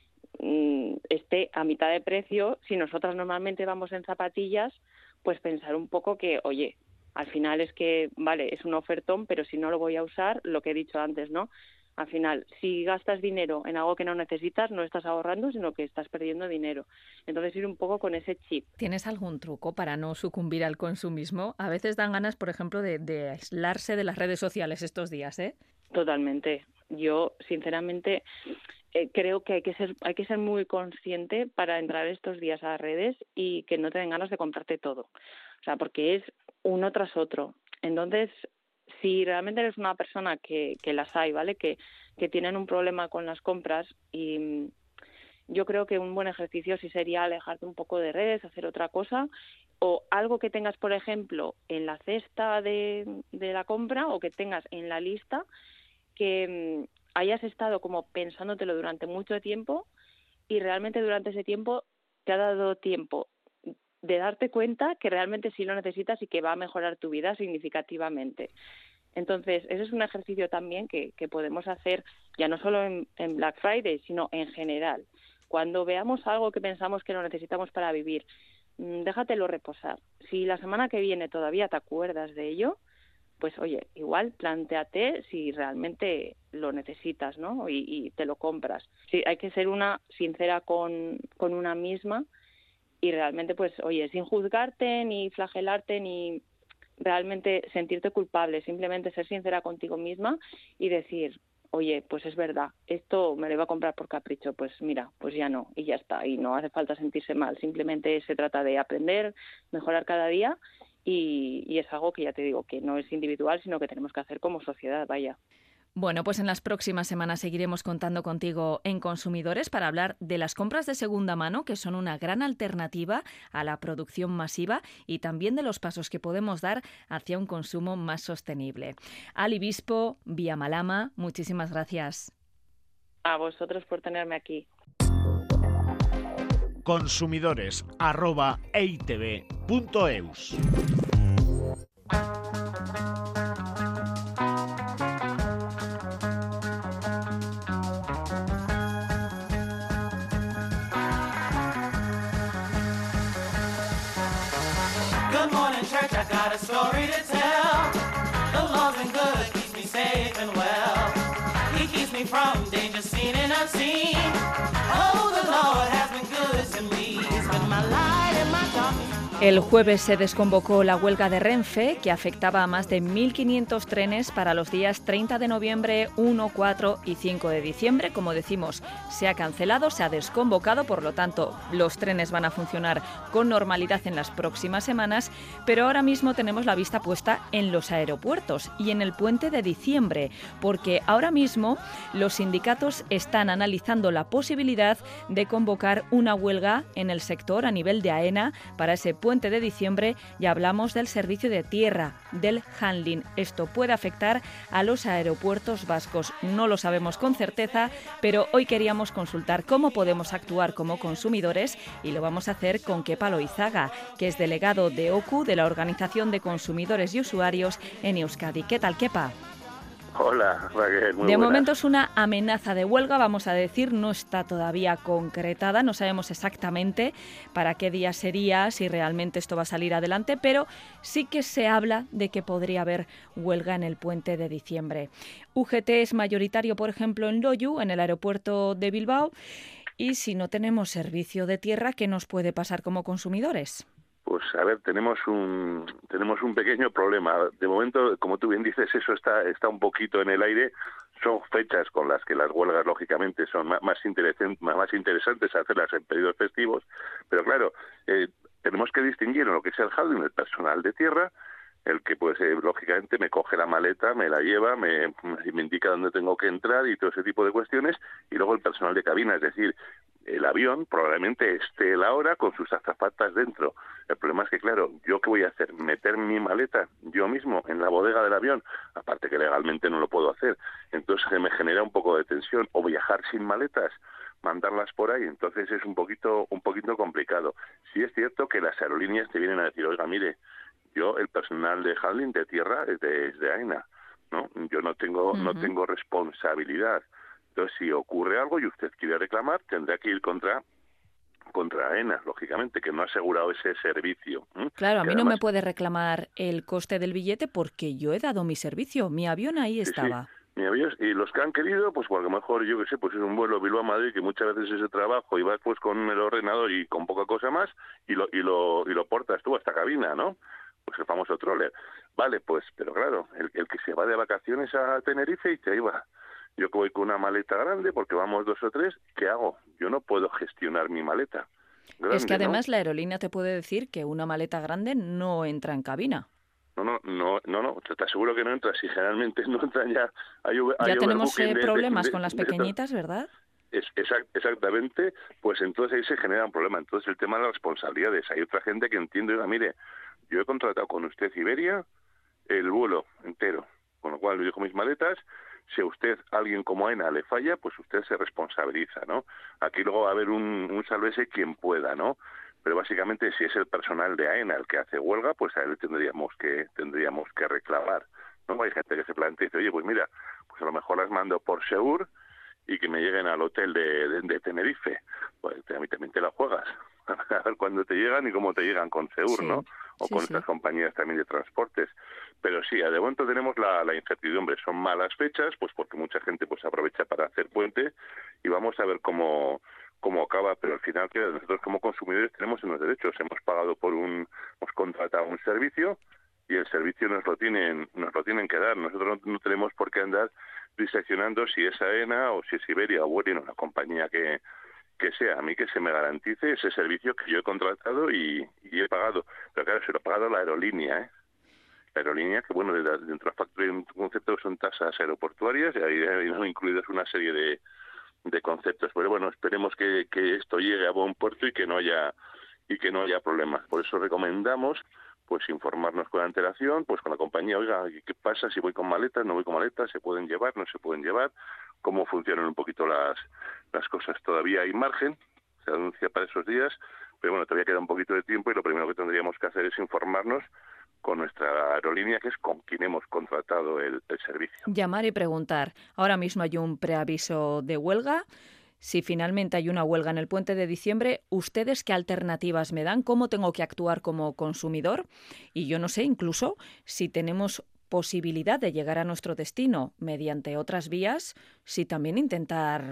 esté a mitad de precio, si nosotras normalmente vamos en zapatillas, pues pensar un poco que, oye, al final es que, vale, es un ofertón, pero si no lo voy a usar, lo que he dicho antes, ¿no? Al final, si gastas dinero en algo que no necesitas, no estás ahorrando, sino que estás perdiendo dinero. Entonces, ir un poco con ese chip. ¿Tienes algún truco para no sucumbir al consumismo? A veces dan ganas, por ejemplo, de aislarse de las redes sociales estos días, ¿eh? Totalmente. Yo, sinceramente, creo que hay que ser muy consciente para entrar estos días a las redes y que no te den ganas de comprarte todo. O sea, porque es uno tras otro. Entonces, si realmente eres una persona que las hay, ¿vale? Que tienen un problema con las compras, y yo creo que un buen ejercicio sí sería alejarte un poco de redes, hacer otra cosa, o algo que tengas, por ejemplo, en la cesta de la compra, o que tengas en la lista, que hayas estado como pensándotelo durante mucho tiempo y realmente durante ese tiempo te ha dado tiempo de darte cuenta que realmente sí lo necesitas y que va a mejorar tu vida significativamente. Entonces, ese es un ejercicio también que podemos hacer ya no solo en Black Friday, sino en general. Cuando veamos algo que pensamos que lo necesitamos para vivir, déjatelo reposar. Si la semana que viene todavía te acuerdas de ello, pues oye, igual plantéate si realmente lo necesitas, ¿no? Y te lo compras. Sí, hay que ser sincera con una misma y realmente, pues oye, sin juzgarte ni flagelarte ni realmente sentirte culpable, simplemente ser sincera contigo misma y decir, oye, pues es verdad, esto me lo iba a comprar por capricho, pues mira, pues ya no, y ya está, y no hace falta sentirse mal, simplemente se trata de aprender, mejorar cada día. Y es algo que ya te digo que no es individual, sino que tenemos que hacer como sociedad, vaya. Bueno, pues en las próximas semanas seguiremos contando contigo en Consumidores para hablar de las compras de segunda mano, que son una gran alternativa a la producción masiva, y también de los pasos que podemos dar hacia un consumo más sostenible. Ali Bispo, Vía Malama, muchísimas gracias. A vosotros por tenerme aquí. Consumidores@eitv.eus. Good morning, church, I got a story to tell. The Lord's been good, keeps me safe and well. He keeps me from danger seen and unseen. Oh, the Lord has been good to me. He's been my light and my darkness. El jueves se desconvocó la huelga de Renfe, que afectaba a más de 1.500 trenes para los días 30 de noviembre, 1, 4 y 5 de diciembre. Como decimos, se ha cancelado, se ha desconvocado, por lo tanto, los trenes van a funcionar con normalidad en las próximas semanas, pero ahora mismo tenemos la vista puesta en los aeropuertos y en el puente de diciembre, porque ahora mismo los sindicatos están analizando la posibilidad de convocar una huelga en el sector a nivel de AENA para ese puente de diciembre. Ya hablamos del servicio de tierra, del handling. Esto puede afectar a los aeropuertos vascos. No lo sabemos con certeza, pero hoy queríamos consultar cómo podemos actuar como consumidores y lo vamos a hacer con Kepa Loizaga, que es delegado de OCU, de la Organización de Consumidores y Usuarios en Euskadi. ¿Qué tal, Kepa? Hola, Raquel, muy De buenas. momento es una amenaza de huelga, vamos a decir, no está todavía concretada, no sabemos exactamente para qué día sería, si realmente esto va a salir adelante, pero sí que se habla de que podría haber huelga en el puente de diciembre. UGT es mayoritario, por ejemplo, en Loiu, en el aeropuerto de Bilbao, y si no tenemos servicio de tierra, ¿qué nos puede pasar como consumidores? Pues a ver, tenemos un pequeño problema. De momento, como tú bien dices, eso está un poquito en el aire. Son fechas con las que las huelgas, lógicamente, son más interesantes hacerlas en periodos festivos. Pero claro, tenemos que distinguir en lo que es el handling, el personal de tierra, el que pues lógicamente me coge la maleta, me la lleva, me indica dónde tengo que entrar y todo ese tipo de cuestiones, y luego el personal de cabina, es decir, el avión probablemente esté la hora con sus azafatas dentro. El problema es que, claro, ¿yo qué voy a hacer? ¿Meter mi maleta yo mismo en la bodega del avión? Aparte que legalmente no lo puedo hacer. Entonces me genera un poco de tensión. O viajar sin maletas, mandarlas por ahí. Entonces es un poquito complicado. Sí es cierto que las aerolíneas te vienen a decir, oiga, mire, yo el personal de handling de tierra es de AENA, ¿no? Yo no tengo responsabilidad. Entonces, si ocurre algo y usted quiere reclamar, tendrá que ir contra AENA, lógicamente, que no ha asegurado ese servicio. Claro, a mí además, no me puede reclamar el coste del billete porque yo he dado mi servicio, mi avión ahí estaba. Sí. Mi avión, y los que han querido, pues a lo mejor, yo qué sé, pues es un vuelo Bilbao-Madrid, que muchas veces ese trabajo y vas pues con el ordenador y con poca cosa más y lo portas tú a esta cabina, ¿no? Pues el famoso troller. Vale, pues, pero claro, el que se va de vacaciones a Tenerife y te iba. Yo que voy con una maleta grande, porque vamos 2 o 3, ¿qué hago? Yo no puedo gestionar mi maleta grande, Es que además ¿no? la aerolínea te puede decir que una maleta grande no entra en cabina. No, te aseguro que no entra. Si generalmente no entran ya... Ya tenemos problemas con las pequeñitas, ¿verdad? Exactamente, pues entonces ahí se genera un problema. Entonces el tema de las responsabilidades. Hay otra gente que entiende, oiga, mire, yo he contratado con usted Iberia el vuelo entero, con lo cual yo dejo mis maletas. Si a usted, alguien como AENA, le falla, pues usted se responsabiliza, ¿no? Aquí luego va a haber un sálvese quien pueda, ¿no? Pero básicamente si es el personal de AENA el que hace huelga, pues a él tendríamos que reclamar, ¿no? Hay gente que se plantea y dice, oye, pues mira, pues a lo mejor las mando por Seur y que me lleguen al hotel de Tenerife. Pues a mí también te la juegas. A ver cuándo te llegan y cómo te llegan con Seur, Sí, ¿no? O con estas compañías también de transportes. Pero sí, de momento tenemos la incertidumbre. Son malas fechas, pues porque mucha gente pues aprovecha para hacer puente y vamos a ver cómo acaba, pero al final que nosotros como consumidores tenemos unos derechos. Hemos contratado un servicio y el servicio nos lo tienen que dar. Nosotros no tenemos por qué andar diseccionando si es AENA o si es Iberia o Vueling, una compañía que sea. A mí que se me garantice ese servicio que yo he contratado y he pagado. Pero claro, se lo ha pagado la aerolínea, ¿eh? La aerolínea, que bueno, dentro de la factura hay un concepto que son tasas aeroportuarias y ahí no incluidas una serie de conceptos. Pero bueno, esperemos que esto llegue a buen puerto y que no haya problemas. Por eso recomendamos pues informarnos con antelación, pues con la compañía, oiga, ¿qué pasa si voy con maletas, no voy con maletas, se pueden llevar, no se pueden llevar? ¿Cómo funcionan un poquito las cosas? Todavía hay margen, se anuncia para esos días, pero bueno, todavía queda un poquito de tiempo y lo primero que tendríamos que hacer es informarnos con nuestra aerolínea, que es con quien hemos contratado el servicio. Llamar y preguntar. Ahora mismo hay un preaviso de huelga. Si finalmente hay una huelga en el puente de diciembre, ¿ustedes qué alternativas me dan? ¿Cómo tengo que actuar como consumidor? Y yo no sé, incluso si tenemos posibilidad de llegar a nuestro destino mediante otras vías, si también intentar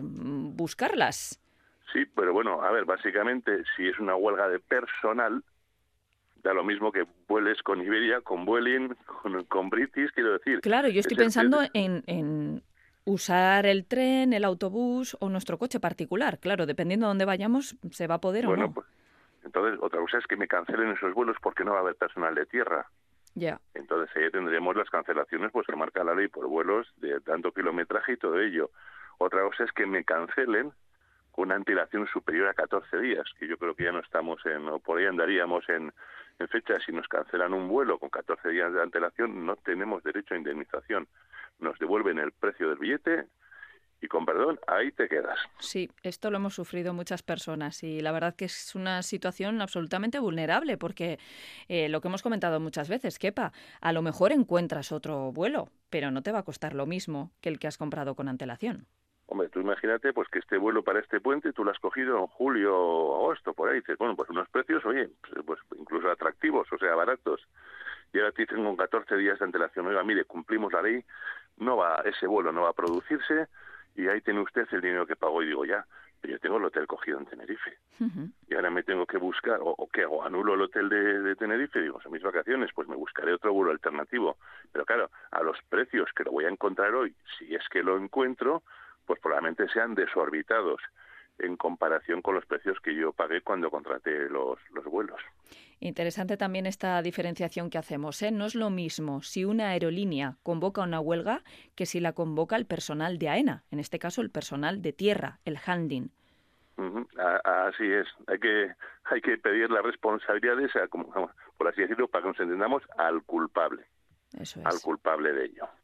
buscarlas. Sí, pero bueno, a ver, básicamente, si es una huelga de personal, Da lo mismo que vueles con Iberia, con Vueling, con British, quiero decir. Claro, yo estoy pensando en usar el tren, el autobús o nuestro coche particular. Claro, dependiendo de dónde vayamos, se va a poder o no. Pues, entonces, otra cosa es que me cancelen esos vuelos porque no va a haber personal de tierra. Ya. Entonces ahí tendremos las cancelaciones pues que marca la ley por vuelos de tanto kilometraje y todo ello. Otra cosa es que me cancelen con una antelación superior a 14 días, que yo creo que ya no estamos o por ahí andaríamos en fecha. Si nos cancelan un vuelo con 14 días de antelación, no tenemos derecho a indemnización. Nos devuelven el precio del billete y, con perdón, ahí te quedas. Sí, esto lo hemos sufrido muchas personas y la verdad que es una situación absolutamente vulnerable porque lo que hemos comentado muchas veces, Kepa, a lo mejor encuentras otro vuelo, pero no te va a costar lo mismo que el que has comprado con antelación. Hombre, tú imagínate pues que este vuelo para este puente tú lo has cogido en julio o agosto, por ahí. Dices, bueno, pues unos precios, oye, pues incluso atractivos, o sea, baratos. Y ahora te dicen con 14 días de antelación, oiga, mire, cumplimos la ley, ese vuelo no va a producirse y ahí tiene usted el dinero que pagó. Y digo, ya, pero yo tengo el hotel cogido en Tenerife. Y ahora me tengo que buscar, o ¿qué hago? ¿Anulo el hotel de Tenerife? Digo, son mis vacaciones, pues me buscaré otro vuelo alternativo. Pero claro, a los precios que lo voy a encontrar hoy, si es que lo encuentro, pues probablemente sean desorbitados en comparación con los precios que yo pagué cuando contraté los vuelos. Interesante también esta diferenciación que hacemos, ¿eh? No es lo mismo si una aerolínea convoca una huelga que si la convoca el personal de AENA, en este caso el personal de tierra, el handling. Así es, hay que pedir las responsabilidades, por así decirlo, para que nos entendamos, al culpable. Eso es. Al culpable de ello.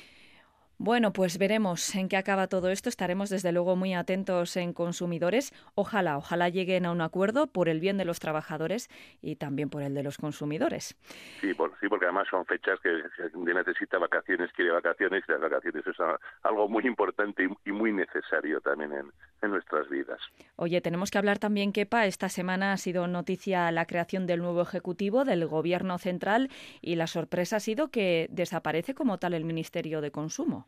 Bueno, pues veremos en qué acaba todo esto. Estaremos desde luego muy atentos en Consumidores. Ojalá lleguen a un acuerdo por el bien de los trabajadores y también por el de los consumidores. Sí, porque además son fechas que uno necesita vacaciones, quiere vacaciones, y las vacaciones es algo muy importante y muy necesario también en nuestras vidas. Oye, tenemos que hablar también, Kepa, esta semana ha sido noticia la creación del nuevo Ejecutivo del Gobierno Central y la sorpresa ha sido que desaparece como tal el Ministerio de Consumo.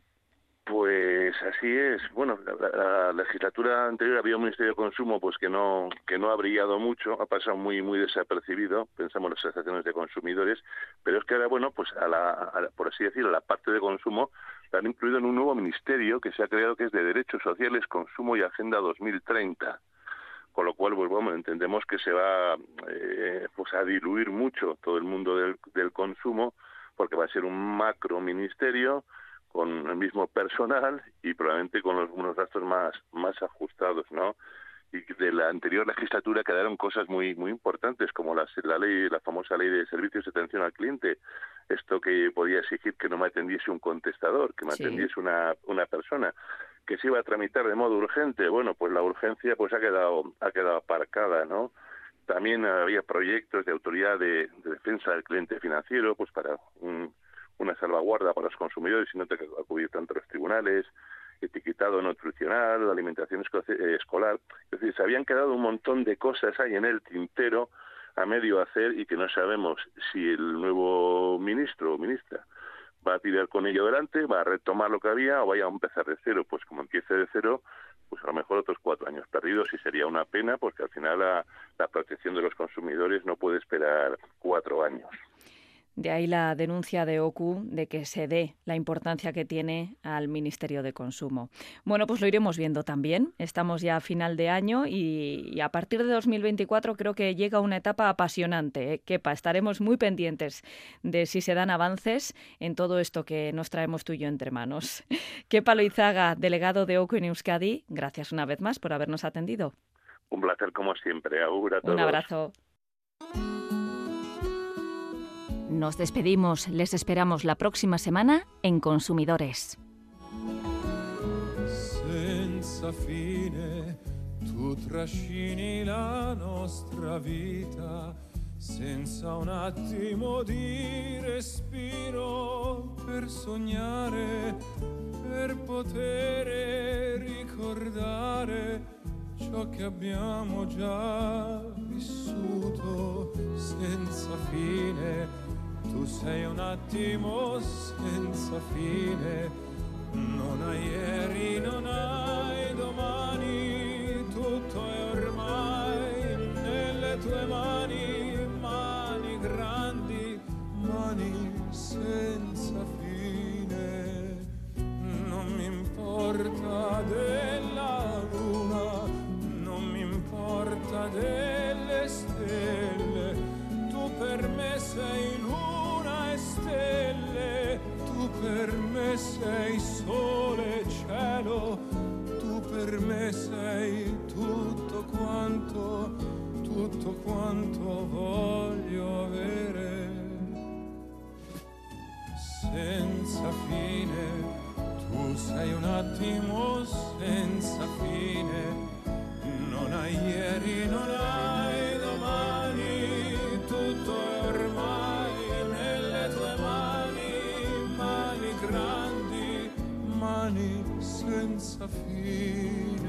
Pues así es. Bueno, la legislatura anterior había un Ministerio de Consumo pues que no ha brillado mucho, ha pasado muy desapercibido, pensamos en las asociaciones de consumidores, pero es que ahora, bueno, pues por así decirlo, a la parte de consumo la han incluido en un nuevo ministerio que se ha creado, que es de Derechos Sociales, Consumo y Agenda 2030. Con lo cual, pues bueno, entendemos que se va pues a diluir mucho todo el mundo del consumo, porque va a ser un macro ministerio con el mismo personal y probablemente con unos gastos más ajustados, ¿no? Y de la anterior legislatura quedaron cosas muy importantes, como la famosa ley de servicios de atención al cliente, esto que podía exigir que no me atendiese un contestador, que me atendiese una persona, que se iba a tramitar de modo urgente. Bueno, pues la urgencia pues ha quedado aparcada, ¿no? También había proyectos de autoridad de defensa del cliente financiero, pues para una salvaguarda para los consumidores y no tener que acudir tanto a los tribunales, etiquetado nutricional, alimentación escolar. Es decir, se habían quedado un montón de cosas ahí en el tintero a medio hacer y que no sabemos si el nuevo ministro o ministra va a tirar con ello adelante, va a retomar lo que había o vaya a empezar de cero. Pues como empiece de cero, pues a lo mejor otros 4 años perdidos, y sería una pena porque al final la protección de los consumidores no puede esperar 4 años. De ahí la denuncia de OCU de que se dé la importancia que tiene al Ministerio de Consumo. Bueno, pues lo iremos viendo también. Estamos ya a final de año y a partir de 2024 creo que llega una etapa apasionante, ¿eh? Kepa, estaremos muy pendientes de si se dan avances en todo esto que nos traemos tú y yo entre manos. Kepa Loizaga, delegado de OCU en Euskadi, gracias una vez más por habernos atendido. Un placer como siempre. Agur a todos. Un abrazo. Nos despedimos, les esperamos la próxima semana en Consumidores. Senza fine tu trascini la nostra vita, senza un attimo di respiro per sognare, per poter ricordare ciò che abbiamo già vissuto senza fine. Tu sei un attimo senza fine, non hai ieri, non hai domani, tutto è ormai nelle tue mani, mani grandi. me sei sole e cielo, tu per me sei tutto quanto voglio avere. Senza fine, tu sei un attimo senza fine, non hai ieri, non hai domani, tutto è ormai nelle tue mani, mani grandi, mani senza fine.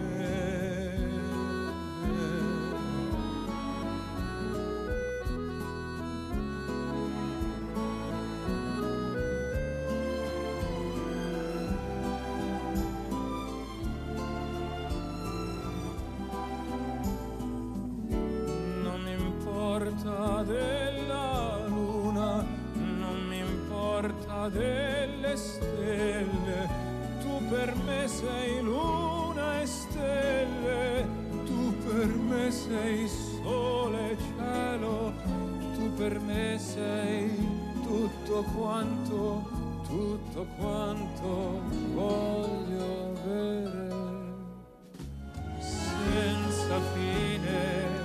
Della luna, non mi importa delle stelle, tu per me sei luna e stelle, tu per me sei sole e cielo, tu per me sei tutto quanto voglio avere. Senza fine